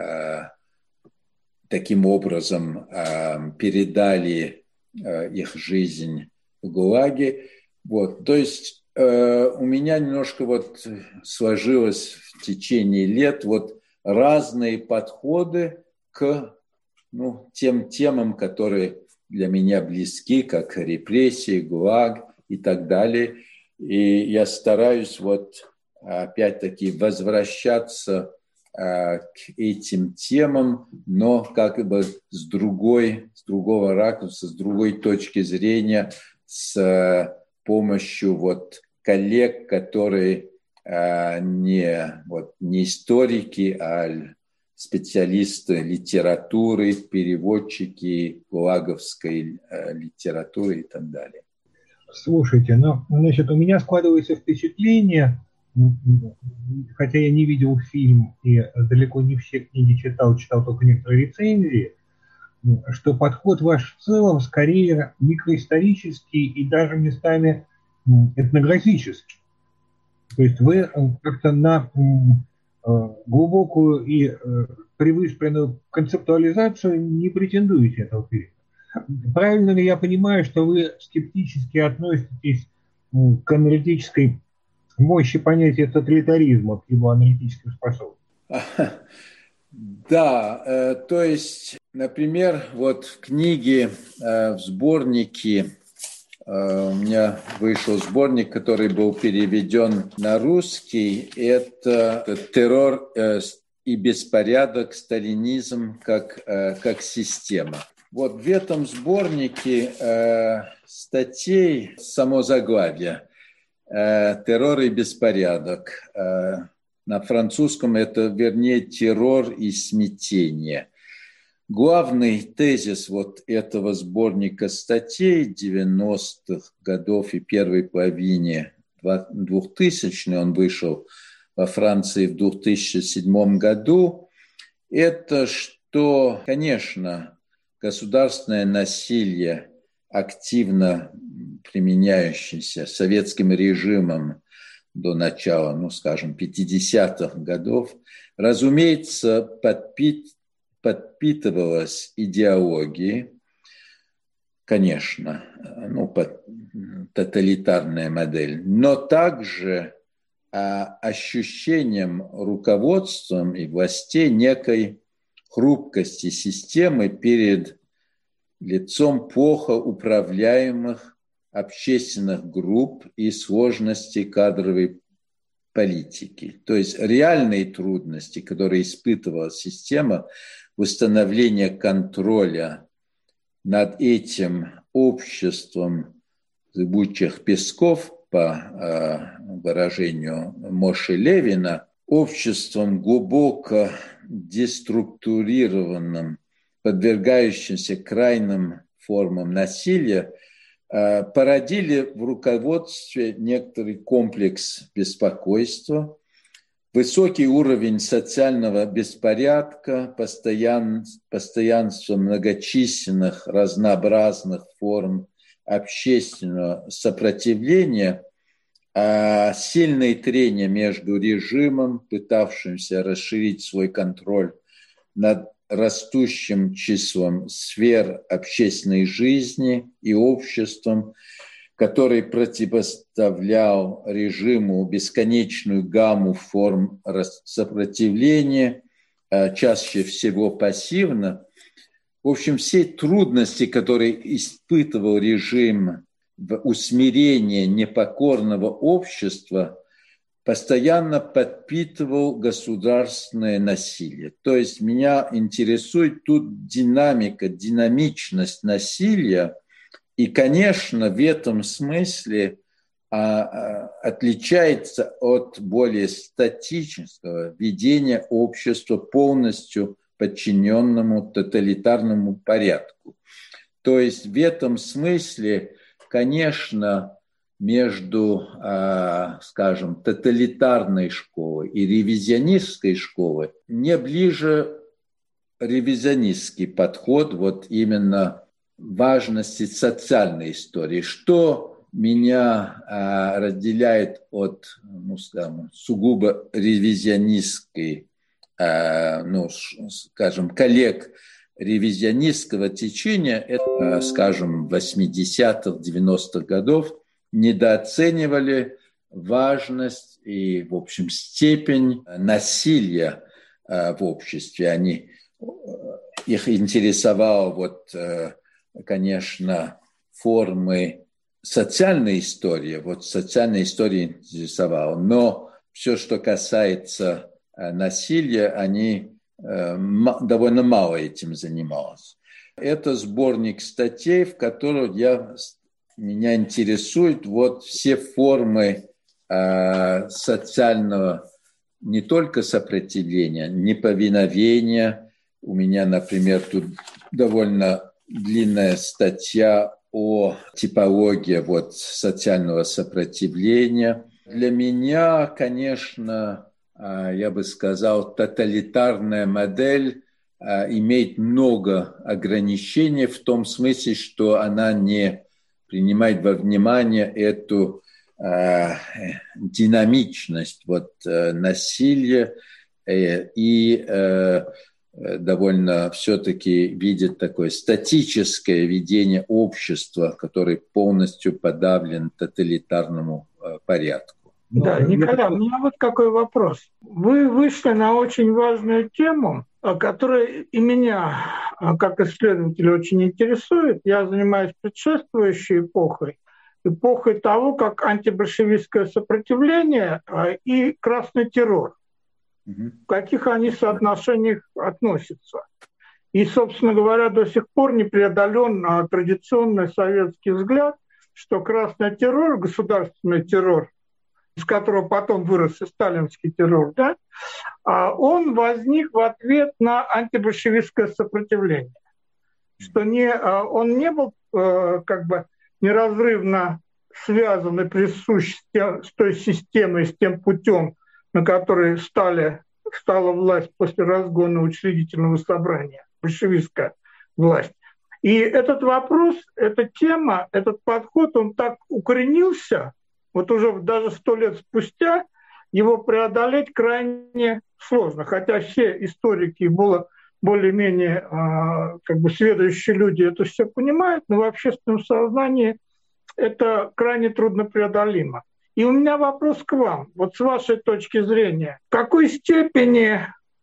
таким образом передали их жизнь в ГУЛАГе. Вот, то есть э, у меня немножко вот сложилось в течение лет вот разные подходы к ну, тем темам, которые для меня близки, как репрессии, ГУЛАГ и так далее. И я стараюсь вот опять-таки возвращаться э, к этим темам, но как бы с другой, с другого ракурса, с другой точки зрения, с помощью вот коллег, которые э, не, вот, не историки, а специалисты литературы, переводчики ГУЛАГовской э, литературы и так далее. Слушайте, ну, значит, у меня складывается впечатление, хотя я не видел фильм и далеко не все книги читал, читал только некоторые рецензии, что подход ваш в целом скорее микроисторический и даже местами этнографический. То есть вы как-то на глубокую и превышенную концептуализацию не претендуете этого фильма. Правильно ли я понимаю, что вы скептически относитесь к аналитической мощи понятия тоталитаризма, к его аналитическим способностям? Да, э, то есть, например, вот в книге, э, в сборнике, э, у меня вышел сборник, который был переведен на русский, это «Террор э, и беспорядок, сталинизм как, э, как система». Вот в этом сборнике э, статей, само заглавие э, «Террор и беспорядок». Э, На французском это, вернее, террор и смятение. Главный тезис вот этого сборника статей девяностых годов и первой половине двухтысячных, он вышел во Франции в две тысячи седьмом году, это что, конечно, государственное насилие, активно применяющееся советским режимом до начала, ну, скажем, пятидесятых годов, разумеется, подпит, подпитывалась идеологией, конечно, ну, под, тоталитарная модель, но также а, ощущением руководством и властей некой хрупкости системы перед лицом плохо управляемых общественных групп и сложностей кадровой политики. То есть реальные трудности, которые испытывала система восстановления контроля над этим обществом зыбучих песков, по выражению Моши Левина, обществом глубоко деструктурированным, подвергающимся крайним формам насилия, породили в руководстве некоторый комплекс беспокойства, высокий уровень социального беспорядка, постоян, постоянство многочисленных разнообразных форм общественного сопротивления, сильные трения между режимом, пытавшимся расширить свой контроль над растущим числом сфер общественной жизни и обществом, который противоставлял режиму бесконечную гамму форм сопротивления, чаще всего пассивно. В общем, все трудности, которые испытывал режим в усмирении непокорного общества, постоянно подпитывал государственное насилие. То есть меня интересует тут динамика, динамичность насилия. И, конечно, в этом смысле отличается от более статического ведения общества полностью подчиненному тоталитарному порядку. То есть в этом смысле, конечно, между, скажем, тоталитарной школой и ревизионистской школой мне ближе ревизионистский подход, вот именно важности социальной истории. Что меня а, разделяет от, ну, скажем, сугубо ревизионистской, а, ну, скажем, коллег ревизионистского течения, это, скажем, восьмидесятых, девяностых годов недооценивали важность и, в общем, степень насилия а, в обществе. Они, их интересовало вот, конечно, формы социальной истории, вот социальная история интересовала, но все, что касается насилия, они э, довольно мало этим занимались. Это сборник статей, в которых я, меня интересуют вот все формы э, социального не только сопротивления, неповиновения. У меня, например, тут довольно длинная статья о типологии вот, социального сопротивления. Для меня, конечно, я бы сказал, тоталитарная модель имеет много ограничений в том смысле, что она не принимает во внимание эту динамичность вот, насилия и довольно все-таки видит такое статическое ведение общества, которое полностью подавлен тоталитарному порядку. Да, Николай, у меня вот какой вопрос. Вы вышли на очень важную тему, которая и меня, как исследователя, очень интересует. Я занимаюсь предшествующей эпохой, эпохой того, как антибольшевистское сопротивление и красный террор. В каких они соотношениях относятся. И, собственно говоря, до сих пор не преодолен традиционный советский взгляд, что красный террор, государственный террор, из которого потом вырос и сталинский террор, да, он возник в ответ на антибольшевистское сопротивление. Что не, он не был как бы неразрывно связан и присущ с той системой, с тем путем, на который стали, стала власть после разгона учредительного собрания, большевистская власть. И этот вопрос, эта тема, этот подход, он так укоренился, вот уже даже сто лет спустя, его преодолеть крайне сложно. Хотя все историки, было более-менее э, как бы сведущие люди это все понимают, но в общественном сознании это крайне трудно преодолимо. И у меня вопрос к вам. Вот с вашей точки зрения, в какой степени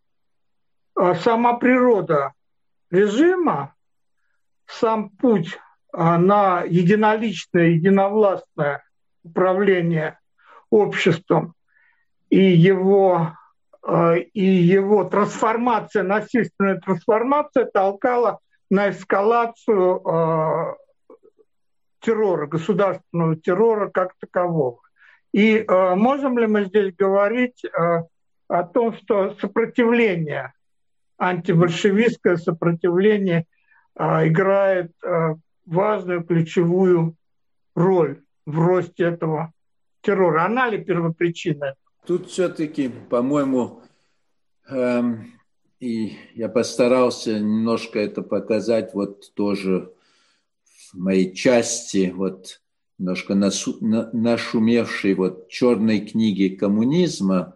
сама природа режима, сам путь на единоличное, единовластное управление обществом и его, и его трансформация, насильственная трансформация толкала на эскалацию террора, государственного террора как такового? И э, можем ли мы здесь говорить э, о том, что сопротивление, антибольшевистское сопротивление э, играет э, важную ключевую роль в росте этого террора? Она ли первопричина? Тут все-таки, по-моему, эм, и я постарался немножко это показать вот тоже в моей части, вот немножко нашумевшей вот черной книги коммунизма.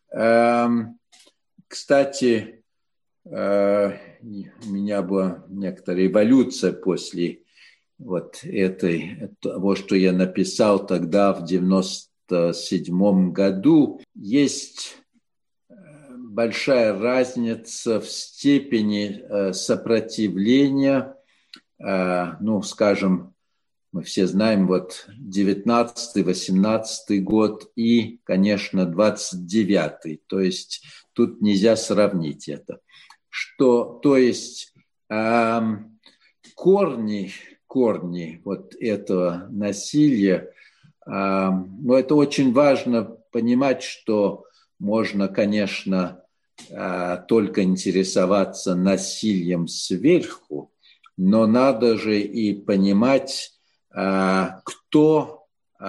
Кстати, у меня была некоторая эволюция после вот этой, того, что я написал тогда в девяносто седьмом году. Есть большая разница в степени сопротивления, ну, скажем, мы все знаем, вот девятнадцатый, восемнадцатый год и, конечно, двадцать девятый. То есть тут нельзя сравнить это. Что, то есть э, корни, корни вот этого насилия Но это очень важно понимать, что можно, конечно, только интересоваться насилием сверху, но надо же и понимать, кто,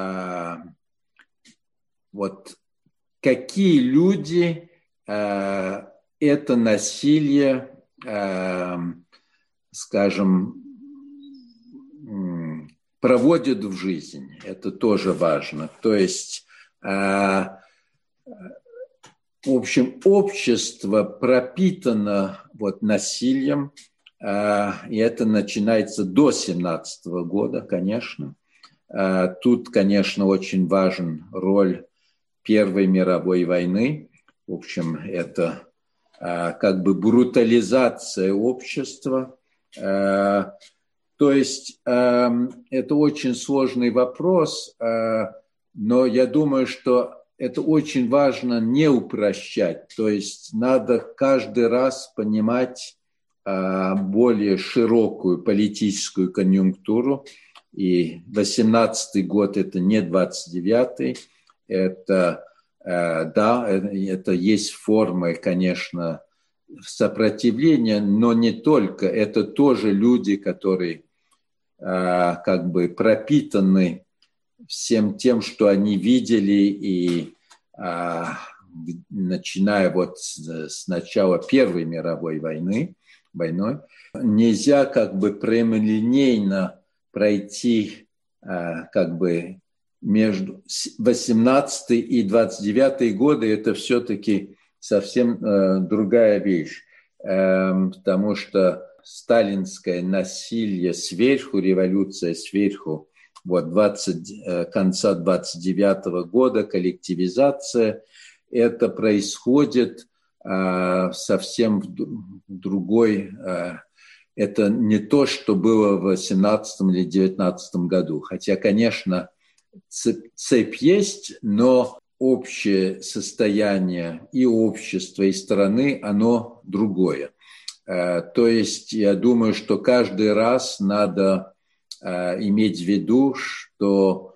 вот, какие люди это насилие, скажем, проводят в жизнь. Это тоже важно. То есть, в общем, общество пропитано вот насилием, и это начинается до семнадцатого года, конечно. Тут, конечно, очень важна роль Первой мировой войны. В общем, это как бы брутализация общества. То есть это очень сложный вопрос, но я думаю, что это очень важно не упрощать. То есть надо каждый раз понимать более широкую политическую конъюнктуру. И восемнадцатый год – это не двадцать девятый. Это, да, это есть формы, конечно, сопротивления, но не только. Это тоже люди, которые как бы пропитаны всем тем, что они видели, и начиная вот с начала Первой мировой войны, войной, нельзя как бы прямолинейно пройти как бы между восемнадцатый и двадцать девятый годы. Это все-таки совсем другая вещь, потому что сталинское насилие сверху, революция сверху, вот двадцать, конца двадцать девятого года, коллективизация, это происходит совсем в другой. Это не то, что было в восемнадцатом или девятнадцатом году. Хотя, конечно, цепь есть, но общее состояние и общества, и страны, оно другое. То есть я думаю, что каждый раз надо иметь в виду, что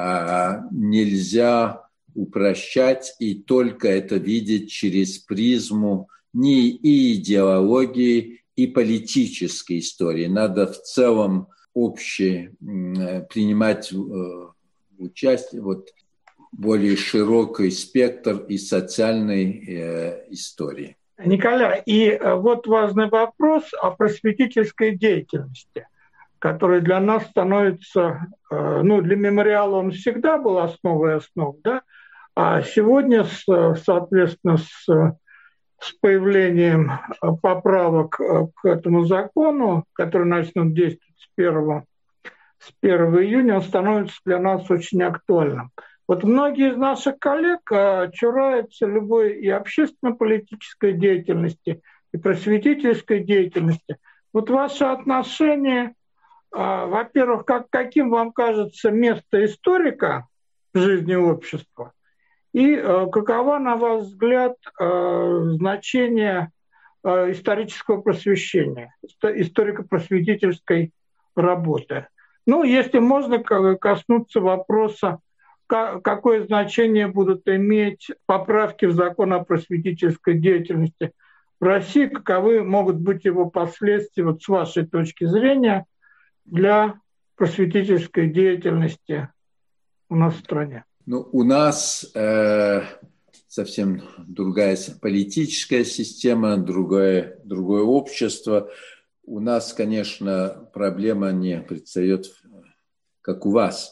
нельзя упрощать и только это видеть через призму не и идеологии, и политической истории. Надо в целом общее принимать участие, вот, более широкий спектр и социальной э, истории. Николай, и вот важный вопрос о просветительской деятельности, который для нас становится, э, ну, для мемориала он всегда был основой основ, да, а сегодня, с, соответственно, с, с появлением поправок к этому закону, который начнут действовать с первого июня, он становится для нас очень актуальным. Вот многие из наших коллег чураются любой и общественно-политической деятельности, и просветительской деятельности. Вот ваше отношение, во-первых, как, каким вам кажется место историка в жизни общества, и каково, на ваш взгляд, значение исторического просвещения, историко-просветительской работы? Ну, если можно коснуться вопроса, какое значение будут иметь поправки в закон о просветительской деятельности в России, каковы могут быть его последствия, вот с вашей точки зрения, для просветительской деятельности у нас в стране? Ну, у нас э, совсем другая политическая система, другое, другое общество. У нас, конечно, проблема не предстает, как у вас.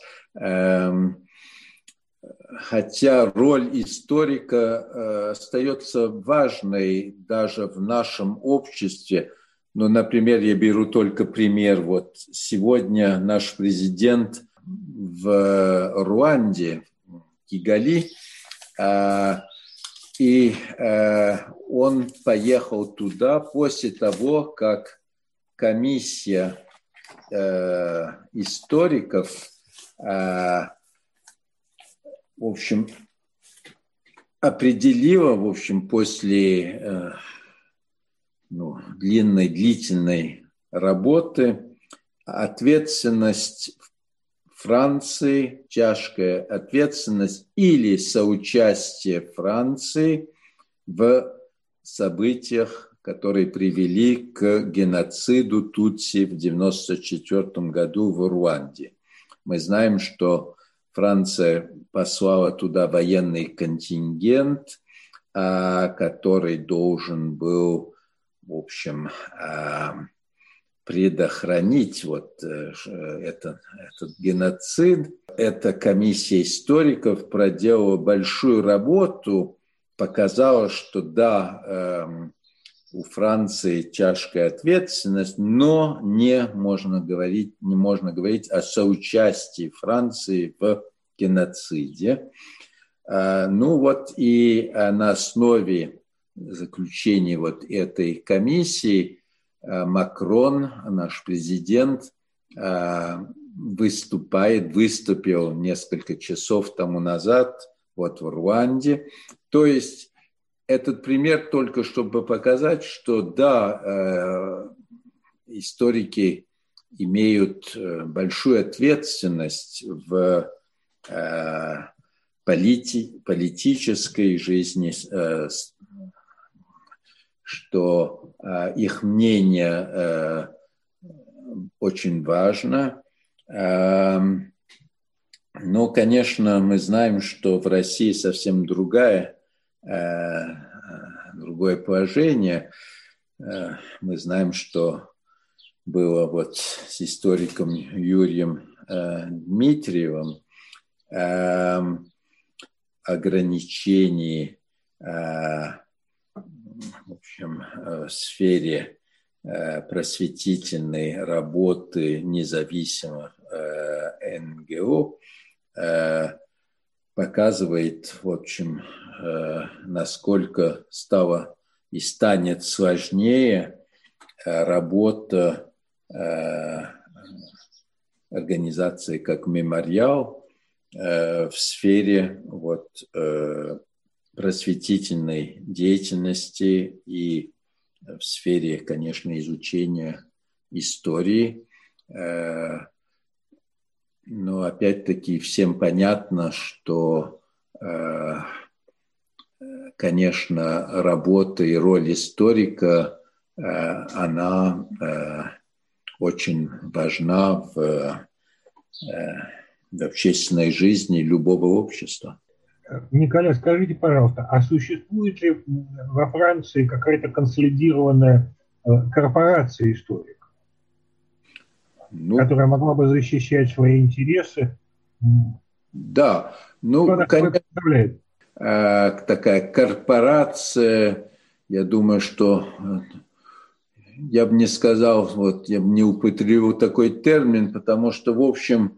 Хотя роль историка остается важной даже в нашем обществе. Ну, например, я беру только пример. Вот сегодня наш президент в Руанде, Кигали, и он поехал туда после того, как комиссия э, историков, э, в общем, определила, в общем, после э, ну, длинной, длительной работы ответственность Франции, тяжкая ответственность или соучастие Франции в событиях, которые привели к геноциду Тутси в девяносто четвёртом году в Руанде. Мы знаем, что Франция послала туда военный контингент, который должен был, в общем, предохранить вот этот, этот геноцид. Эта комиссия историков проделала большую работу, показала, что да, у Франции тяжкая ответственность, но не можно говорить, не можно говорить о соучастии Франции в геноциде. Ну вот и на основе заключения вот этой комиссии Макрон, наш президент, выступает, выступил несколько часов тому назад вот в Руанде. То есть этот пример только чтобы показать, что да, историки имеют большую ответственность в полити, политической жизни, что их мнение очень важно. Но, конечно, мы знаем, что в России совсем другая другое положение. Мы знаем, что было вот с историком Юрием Дмитриевым ограничений в общем, в сфере просветительной работы независимых эн гэ о показывает, в общем, насколько стало и станет сложнее работа организации как «Мемориал» в сфере вот, просветительной деятельности и в сфере, конечно, изучения истории. Но опять-таки всем понятно, что, конечно, работа и роль историка, она очень важна в, в общественной жизни любого общества. Николай, скажите, пожалуйста, а существует ли во Франции какая-то консолидированная корпорация историков, ну, которая могла бы защищать свои интересы? Да, ну, конечно, такая корпорация, я думаю, что я бы не сказал, вот, я бы не употребил такой термин, потому что, в общем,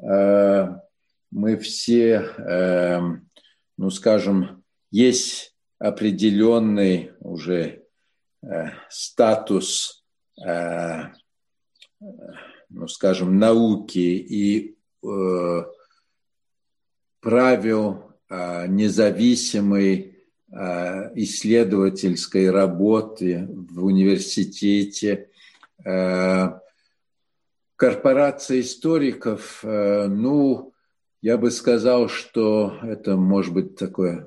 мы все, ну, скажем, есть определенный уже статус, ну, скажем, науки и правил независимой исследовательской работы в университете. Корпорация историков, ну, я бы сказал, что это может быть такое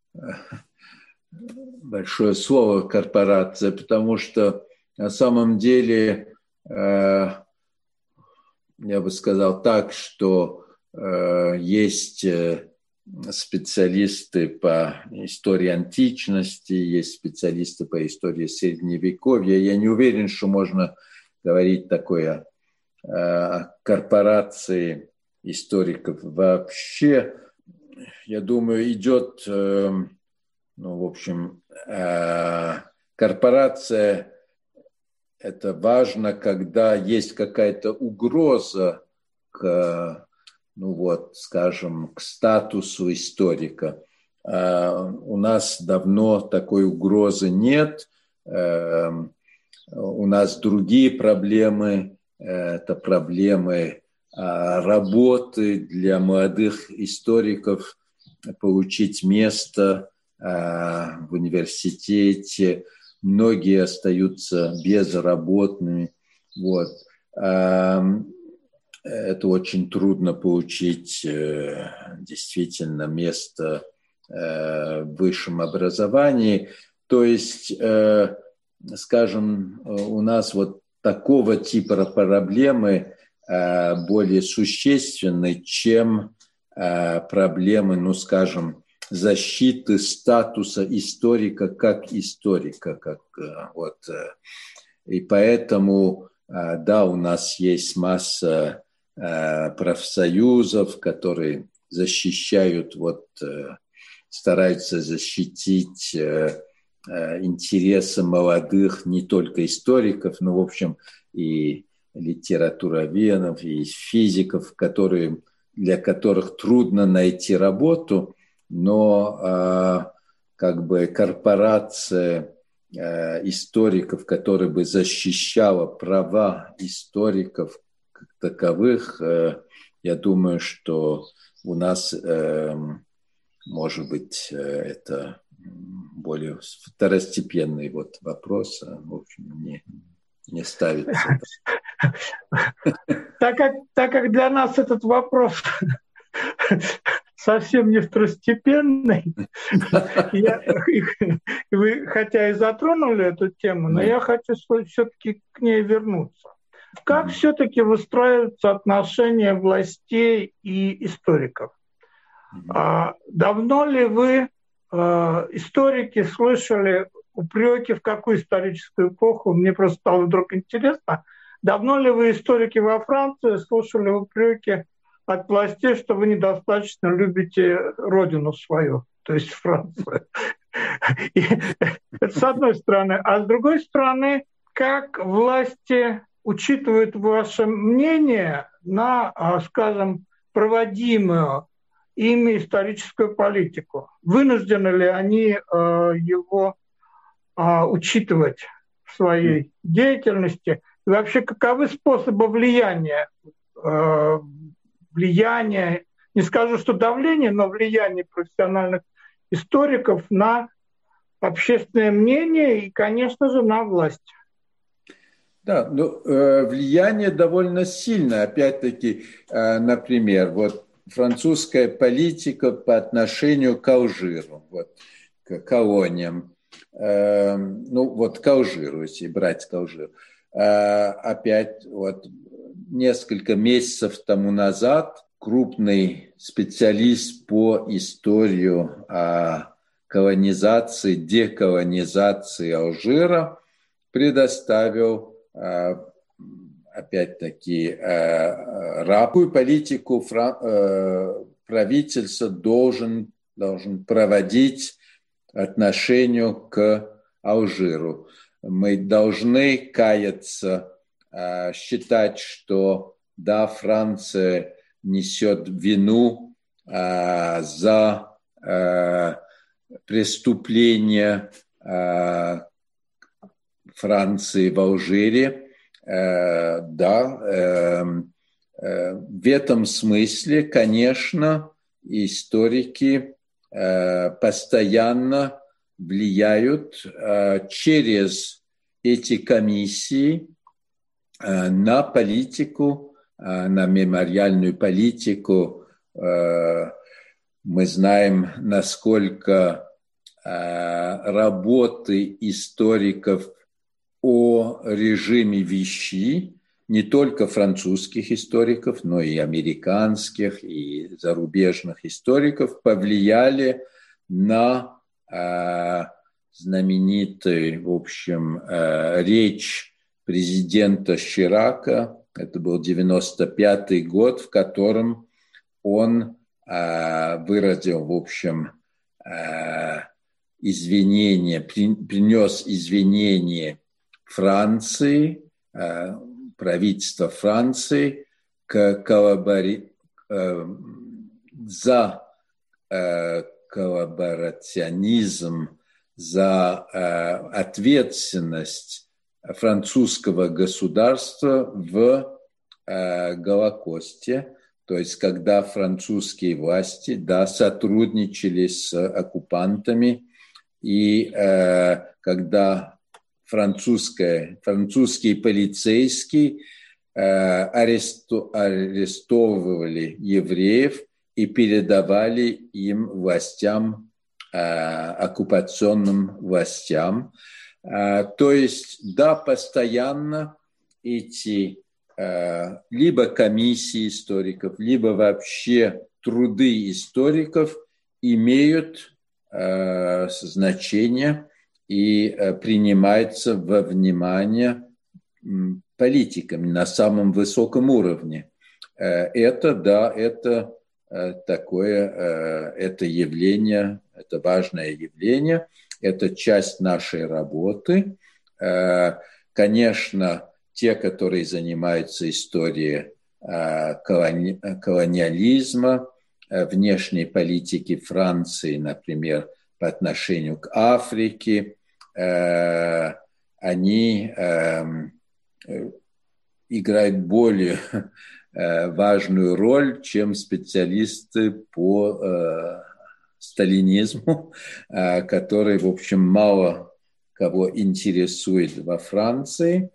большое слово корпорация, потому что на самом деле я бы сказал так, что есть специалисты по истории античности, есть специалисты по истории Средневековья. Я не уверен, что можно говорить такое о корпорации историков вообще. Я думаю, идет, ну, в общем, корпорация – это важно, когда есть какая-то угроза к, ну вот, скажем, к статусу историка. У нас давно такой угрозы нет. У нас другие проблемы. Это проблемы работы для молодых историков, получить место в университете. Многие остаются безработными. Вот. это очень трудно получить действительно место в высшем образовании. То есть, скажем, у нас вот такого типа проблемы более существенны, чем проблемы, ну, скажем, защиты статуса историка как историка. Как, вот. И поэтому, да, у нас есть масса профсоюзов, которые защищают, вот, стараются защитить интересы молодых не только историков, но, в общем, и литературоведов, и физиков, которые, для которых трудно найти работу, но как бы корпорация историков, которая бы защищала права историков как таковых, я думаю, что у нас, может быть, это более второстепенный вот вопрос, в общем, не, не ставится. Так как, так как для нас этот вопрос совсем не второстепенный, я, вы хотя и затронули эту тему, но я хочу все-таки к ней вернуться. Как все-таки выстраиваются отношения властей и историков? Давно ли вы, историки, слышали упреки, в какую историческую эпоху? Мне просто стало вдруг интересно. Давно ли вы, историки во Франции, слышали упреки от властей, что вы недостаточно любите родину свою, то есть Францию? И это с одной стороны. А с другой стороны, как власти учитывают ваше мнение на, скажем, проводимую ими историческую политику? Вынуждены ли они его учитывать в своей деятельности? И вообще, каковы способы влияния, влияния, не скажу, что давление, но влияние профессиональных историков на общественное мнение и, конечно же, на власть? Да, ну, влияние довольно сильное. Опять-таки, например, вот французская политика по отношению к Алжиру, вот, к колониям, ну вот к Алжиру, если брать к Алжиру. Опять вот несколько месяцев тому назад крупный специалист по истории колонизации, деколонизации Алжира предоставил опять-таки рабскую политику правительство должен, должен проводить отношению к Алжиру. Мы должны каяться, считать, что да, Франция несет вину за преступления Франции в Алжире. Да, в этом смысле, конечно, историки постоянно влияют через эти комиссии на политику, на мемориальную политику. Мы знаем, насколько работы историков о режиме Виши, не только французских историков, но и американских, и зарубежных историков, повлияли на э, знаменитую, в общем, э, речь президента Ширака. Это был девяносто пятый год, в котором он э, выразил, в общем, э, извинения, при, принес извинения Франции, э, правительство Франции к коллабори... э, за э, коллаборационизм, за э, ответственность французского государства в э, Голокосте. То есть, когда французские власти, да, сотрудничали с оккупантами, и э, когда французские, французские полицейские аресту, арестовывали евреев и передавали им властям, оккупационным властям. То есть, да, постоянно эти либо комиссии историков, либо вообще труды историков имеют значение и принимаются во внимание политиками на самом высоком уровне. Это, да, это такое, это явление, это важное явление, это часть нашей работы. Конечно, те, которые занимаются историей колони, колониализма, внешней политики Франции, например, по отношению к Африке, они играют более важную роль, чем специалисты по сталинизму, который, в общем, мало кого интересует во Франции.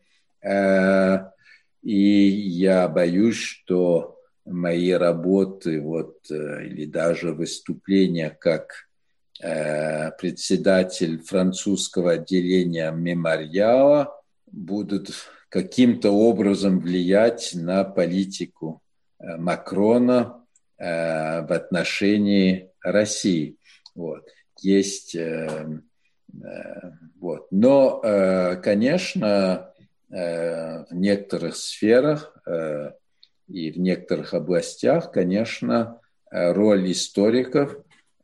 И я боюсь, что мои работы, вот, или даже выступления как председатель французского отделения мемориала будут каким-то образом влиять на политику Макрона в отношении России. Вот. Есть, вот. Но, конечно, в некоторых сферах и в некоторых областях, конечно, роль историков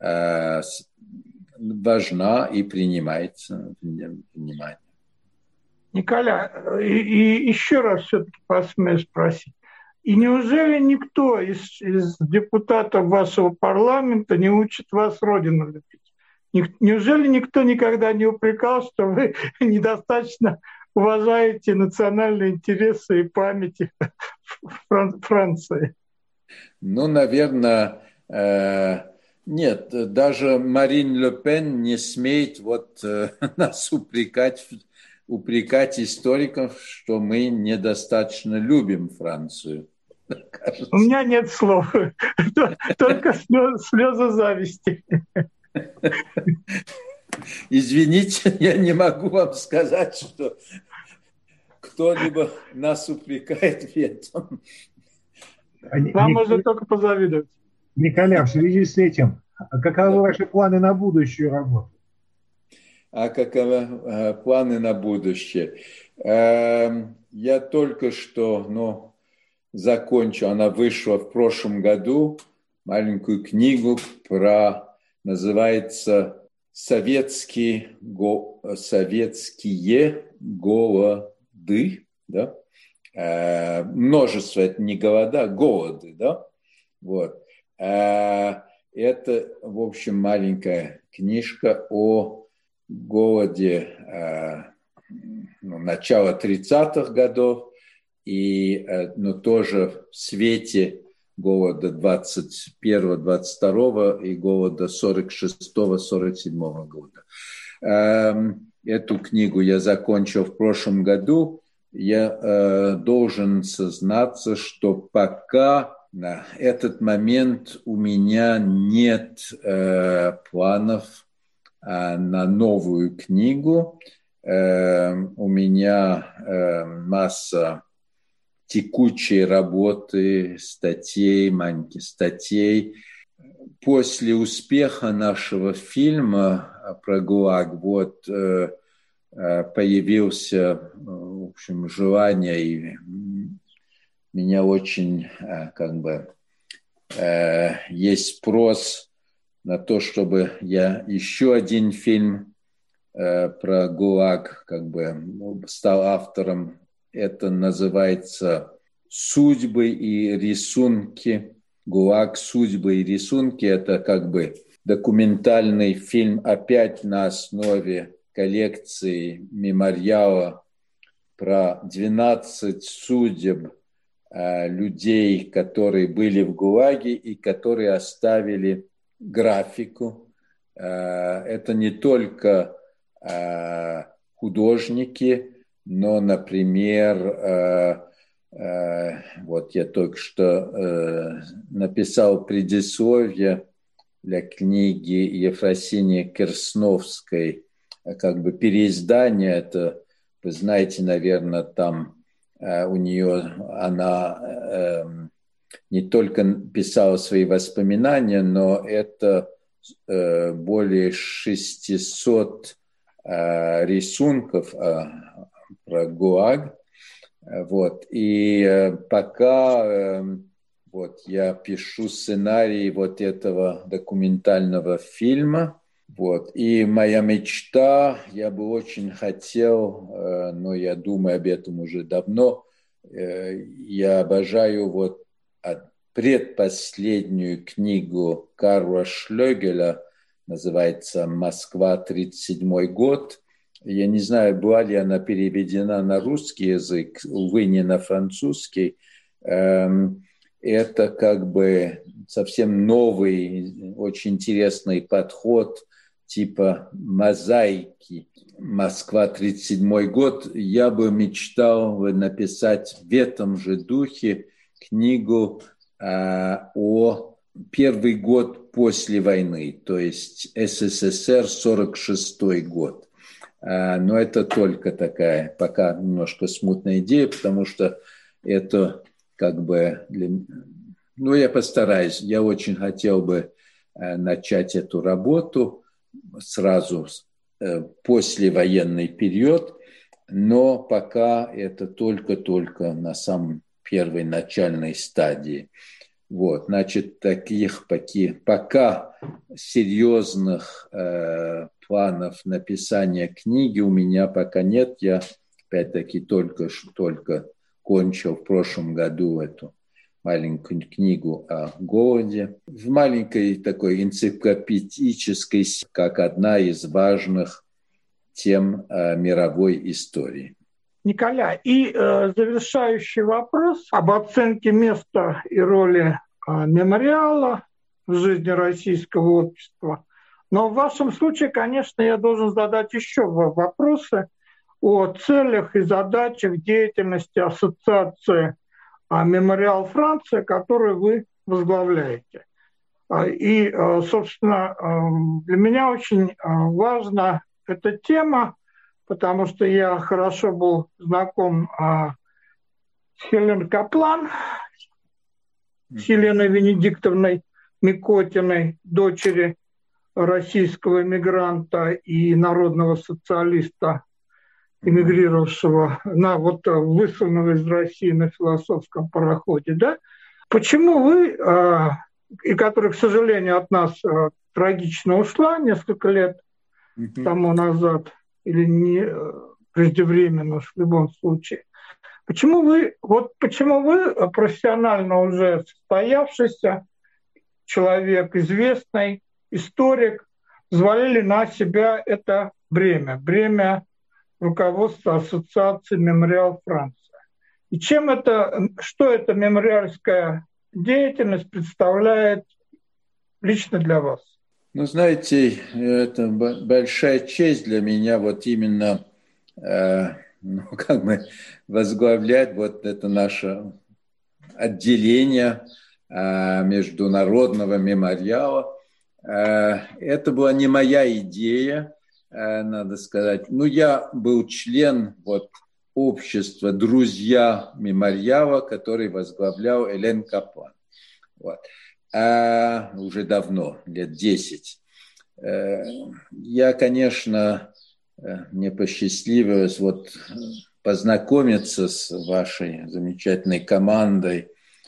важна и принимается внимание. Николя, и, и еще раз все-таки посмею спросить. И неужели никто из, из депутатов вашего парламента не учит вас Родину любить? Неужели никто никогда не упрекал, что вы недостаточно уважаете национальные интересы и памяти Франции? Ну, наверное, э, нет. Даже Марин Ле Пен не смеет вот, э, нас упрекать, упрекать историков, что мы недостаточно любим Францию. У меня нет слов, только слезы зависти. Извините, я не могу вам сказать, что кто-либо нас упрекает в этом. Вам можно только позавидовать. Николя, в связи с этим, каковы ваши планы на будущую работу? А каковы планы на будущее? Я только что, ну, закончил, она вышла в прошлом году, маленькую книгу про, называется «Советские, го, советские голоды», да? Э, множество, это не голода, голоды, да? Вот. Э, это, в общем, маленькая книжка о голоде э, ну, начала тридцатых годов, и, но тоже в свете голода двадцать первого — двадцать второго и голода сорок шестого — сорок седьмого года. Эту книгу я закончил в прошлом году. Я должен сознаться, что пока на этот момент у меня нет планов на новую книгу. У меня масса текучей работы, статей, маленьких статей. После успеха нашего фильма про ГУЛАГ вот, появился, в общем, желание, и меня очень, как бы, есть спрос на то, чтобы я еще один фильм про ГУЛАГ, как бы, стал автором. Это называется «Судьбы и рисунки». ГУЛАГ «Судьбы и рисунки» – это как бы документальный фильм опять на основе коллекции мемориала про двенадцать судеб э, людей, которые были в ГУЛАГе и которые оставили графику. Э, это не только э, художники, но, например, Вот я только что написал предисловие для книги Ефросинии Керсновской, как бы переиздание. Это, вы знаете, наверное, там у нее она не только писала свои воспоминания, но это более шестисот рисунков про ГУАГ. Вот. И пока вот, я пишу сценарий вот этого документального фильма, вот. И моя мечта, я бы очень хотел, но я думаю об этом уже давно, я обожаю вот предпоследнюю книгу Карла Шлёгеля, называется «Москва, тридцать седьмой год». Я не знаю, была ли она переведена на русский язык, увы, не на французский. Это как бы совсем новый, очень интересный подход типа мозаики. «Москва, тридцать седьмой год». Я бы мечтал написать в этом же духе книгу о первый год после войны, то есть СССР, сорок шестой год. Но это только такая пока немножко смутная идея, потому что это как бы... Для... Ну, я постараюсь. Я очень хотел бы начать эту работу сразу после военный период, но пока это только-только на самом первой начальной стадии. Вот, значит, таких пока серьезных э, планов написания книги у меня пока нет. Я, опять-таки, только, только кончил в прошлом году эту маленькую книгу о голоде. В маленькой такой энциклопедической, как одна из важных тем э, мировой истории. Николя, и э, завершающий вопрос об оценке места и роли э, мемориала в жизни российского общества. Но в вашем случае, конечно, я должен задать еще вопросы о целях и задачах деятельности ассоциации э, «Мемориал Франция», которую вы возглавляете. И, э, собственно, э, для меня очень э, важна эта тема, потому что я хорошо был знаком а, с Хеленой Каплан, с Еленой Венедиктовной Микотиной, дочери российского эмигранта и народного социалиста, эмигрировавшего, на, вот, высланного из России на философском пароходе. Да? Почему вы, а, и которая, к сожалению, от нас а, трагично ушла несколько лет mm-hmm. тому назад, или не преждевременно в любом случае. Почему вы, вот почему вы, профессионально уже состоявшийся человек, известный историк, взвалили на себя это бремя, бремя руководства Ассоциации «Мемориал Франция»? И чем это, что эта мемориальская деятельность представляет лично для вас? Ну, знаете, это большая честь для меня вот именно э, ну, как бы возглавлять вот это наше отделение э, международного мемориала. Э, это была не моя идея, э, надо сказать. Ну, я был член вот общества «Друзья мемориала», который возглавлял Элен Каплан. Вот. А уже давно, лет десять. Я, конечно, мне посчастливилось вот познакомиться с вашей замечательной командой,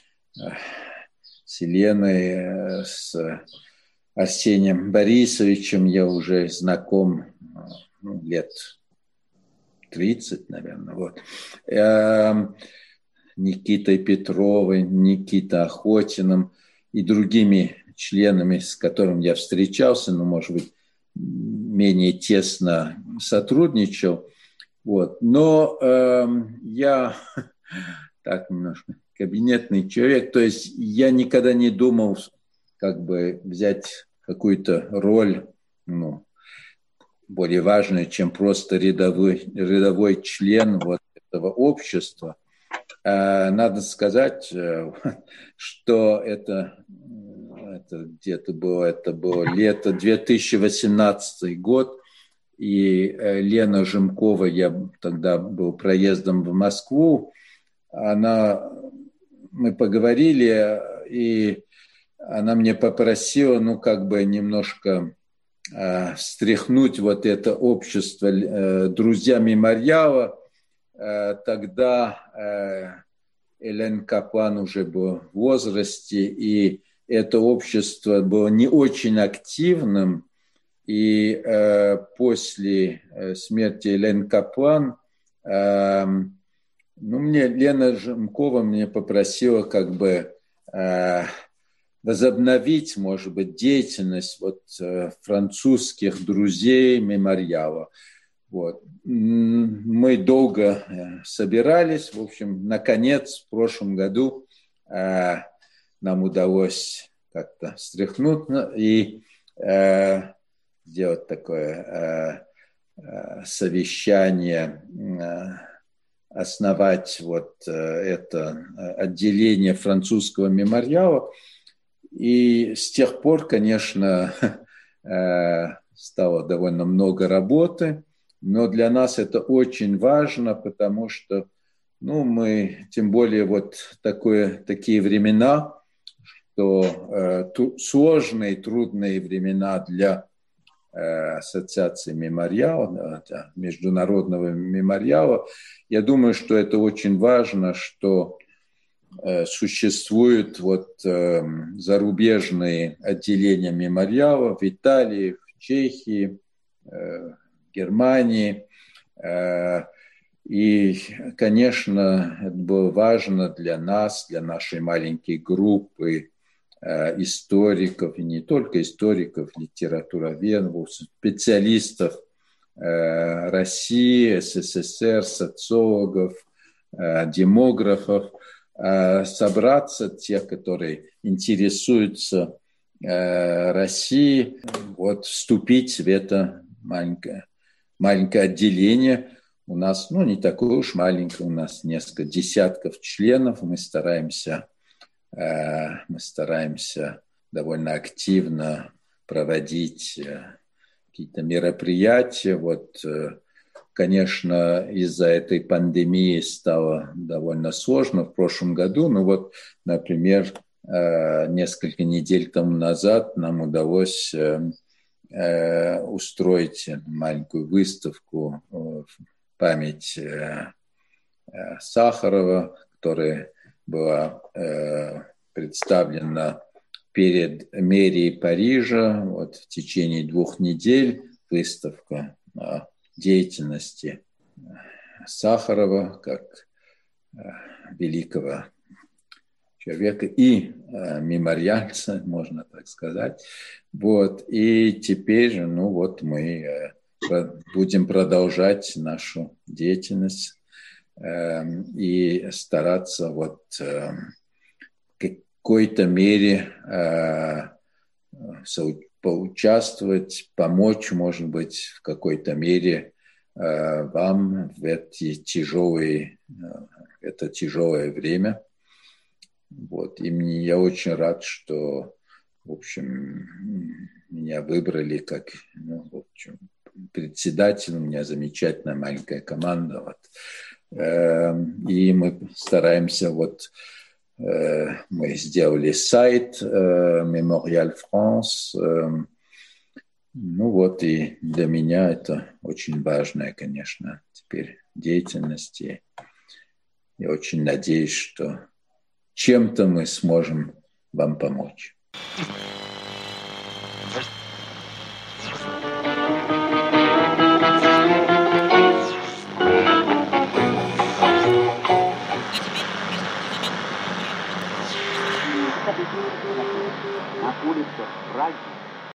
с Еленой, с Арсением Борисовичем. Я уже знаком ну, лет тридцать, наверное. Вот. Никитой Петровой, Никитой Охотиным и другими членами, с которыми я встречался, но, может быть, менее тесно сотрудничал. Вот. Но э, я так немножко кабинетный человек, то есть я никогда не думал как бы взять какую-то роль ну, более важную, чем просто рядовой, рядовой член вот этого общества. Надо сказать, что это, это где-то было, это было лето две тысячи восемнадцатый год, и Лена Жемкова, я тогда был проездом в Москву, она, мы поговорили, и она мне попросила, ну, как бы немножко э, встряхнуть вот это общество э, друзья мемориала. Э, тогда э, Элен Каплан уже был в возрасте, и это общество было не очень активным. И э, после смерти Элен Каплан, э, ну, мне Лена Жемкова мне попросила как бы э, возобновить, может быть, деятельность вот, э, французских друзей мемориала. Вот. Мы долго собирались, в общем, наконец, в прошлом году э, нам удалось как-то встряхнуть и э, сделать такое э, э, совещание, э, основать вот э, это отделение французского мемориала. И с тех пор, конечно, э, стало довольно много работы, но для нас это очень важно, потому что, ну, мы, тем более вот такое, такие времена, что э, ту, сложные, трудные времена для э, Ассоциации мемориала, для Международного мемориала. Я думаю, что это очень важно, что э, существуют вот э, зарубежные отделения мемориала в Италии, в Чехии, э, Германии. И, конечно, это было важно для нас, для нашей маленькой группы историков, и не только историков, литературоведов, специалистов России, СССР, социологов, демографов, собраться, тех, которые интересуются Россией, вот, вступить в это маленькое маленькое отделение. У нас, ну, не такое уж маленькое, у нас несколько десятков членов. Мы стараемся, э, мы стараемся довольно активно проводить э, какие-то мероприятия. Вот, э, конечно, из-за этой пандемии стало довольно сложно в прошлом году. Ну вот, например, э, несколько недель тому назад нам удалось э, устроить маленькую выставку в память Сахарова, которая была представлена перед мэрией Парижа вот, в течение двух недель. Выставка о деятельности Сахарова как великого человека и э, мемориальца, можно так сказать. Вот. И теперь же, ну вот мы э, будем продолжать нашу деятельность э, и стараться вот э, в какой-то мере э, поучаствовать, помочь, может быть, в какой-то мере э, вам в эти тяжелые, э, это тяжелое время. Вот. И мне, я очень рад, что, в общем, меня выбрали как, ну, в общем, председатель. У меня замечательная маленькая команда. Вот. И мы стараемся, вот, мы сделали сайт Memorial France. Ну вот, и для меня это очень важная, конечно, теперь деятельность. И я очень надеюсь, что чем-то мы сможем вам помочь. На улицах Праги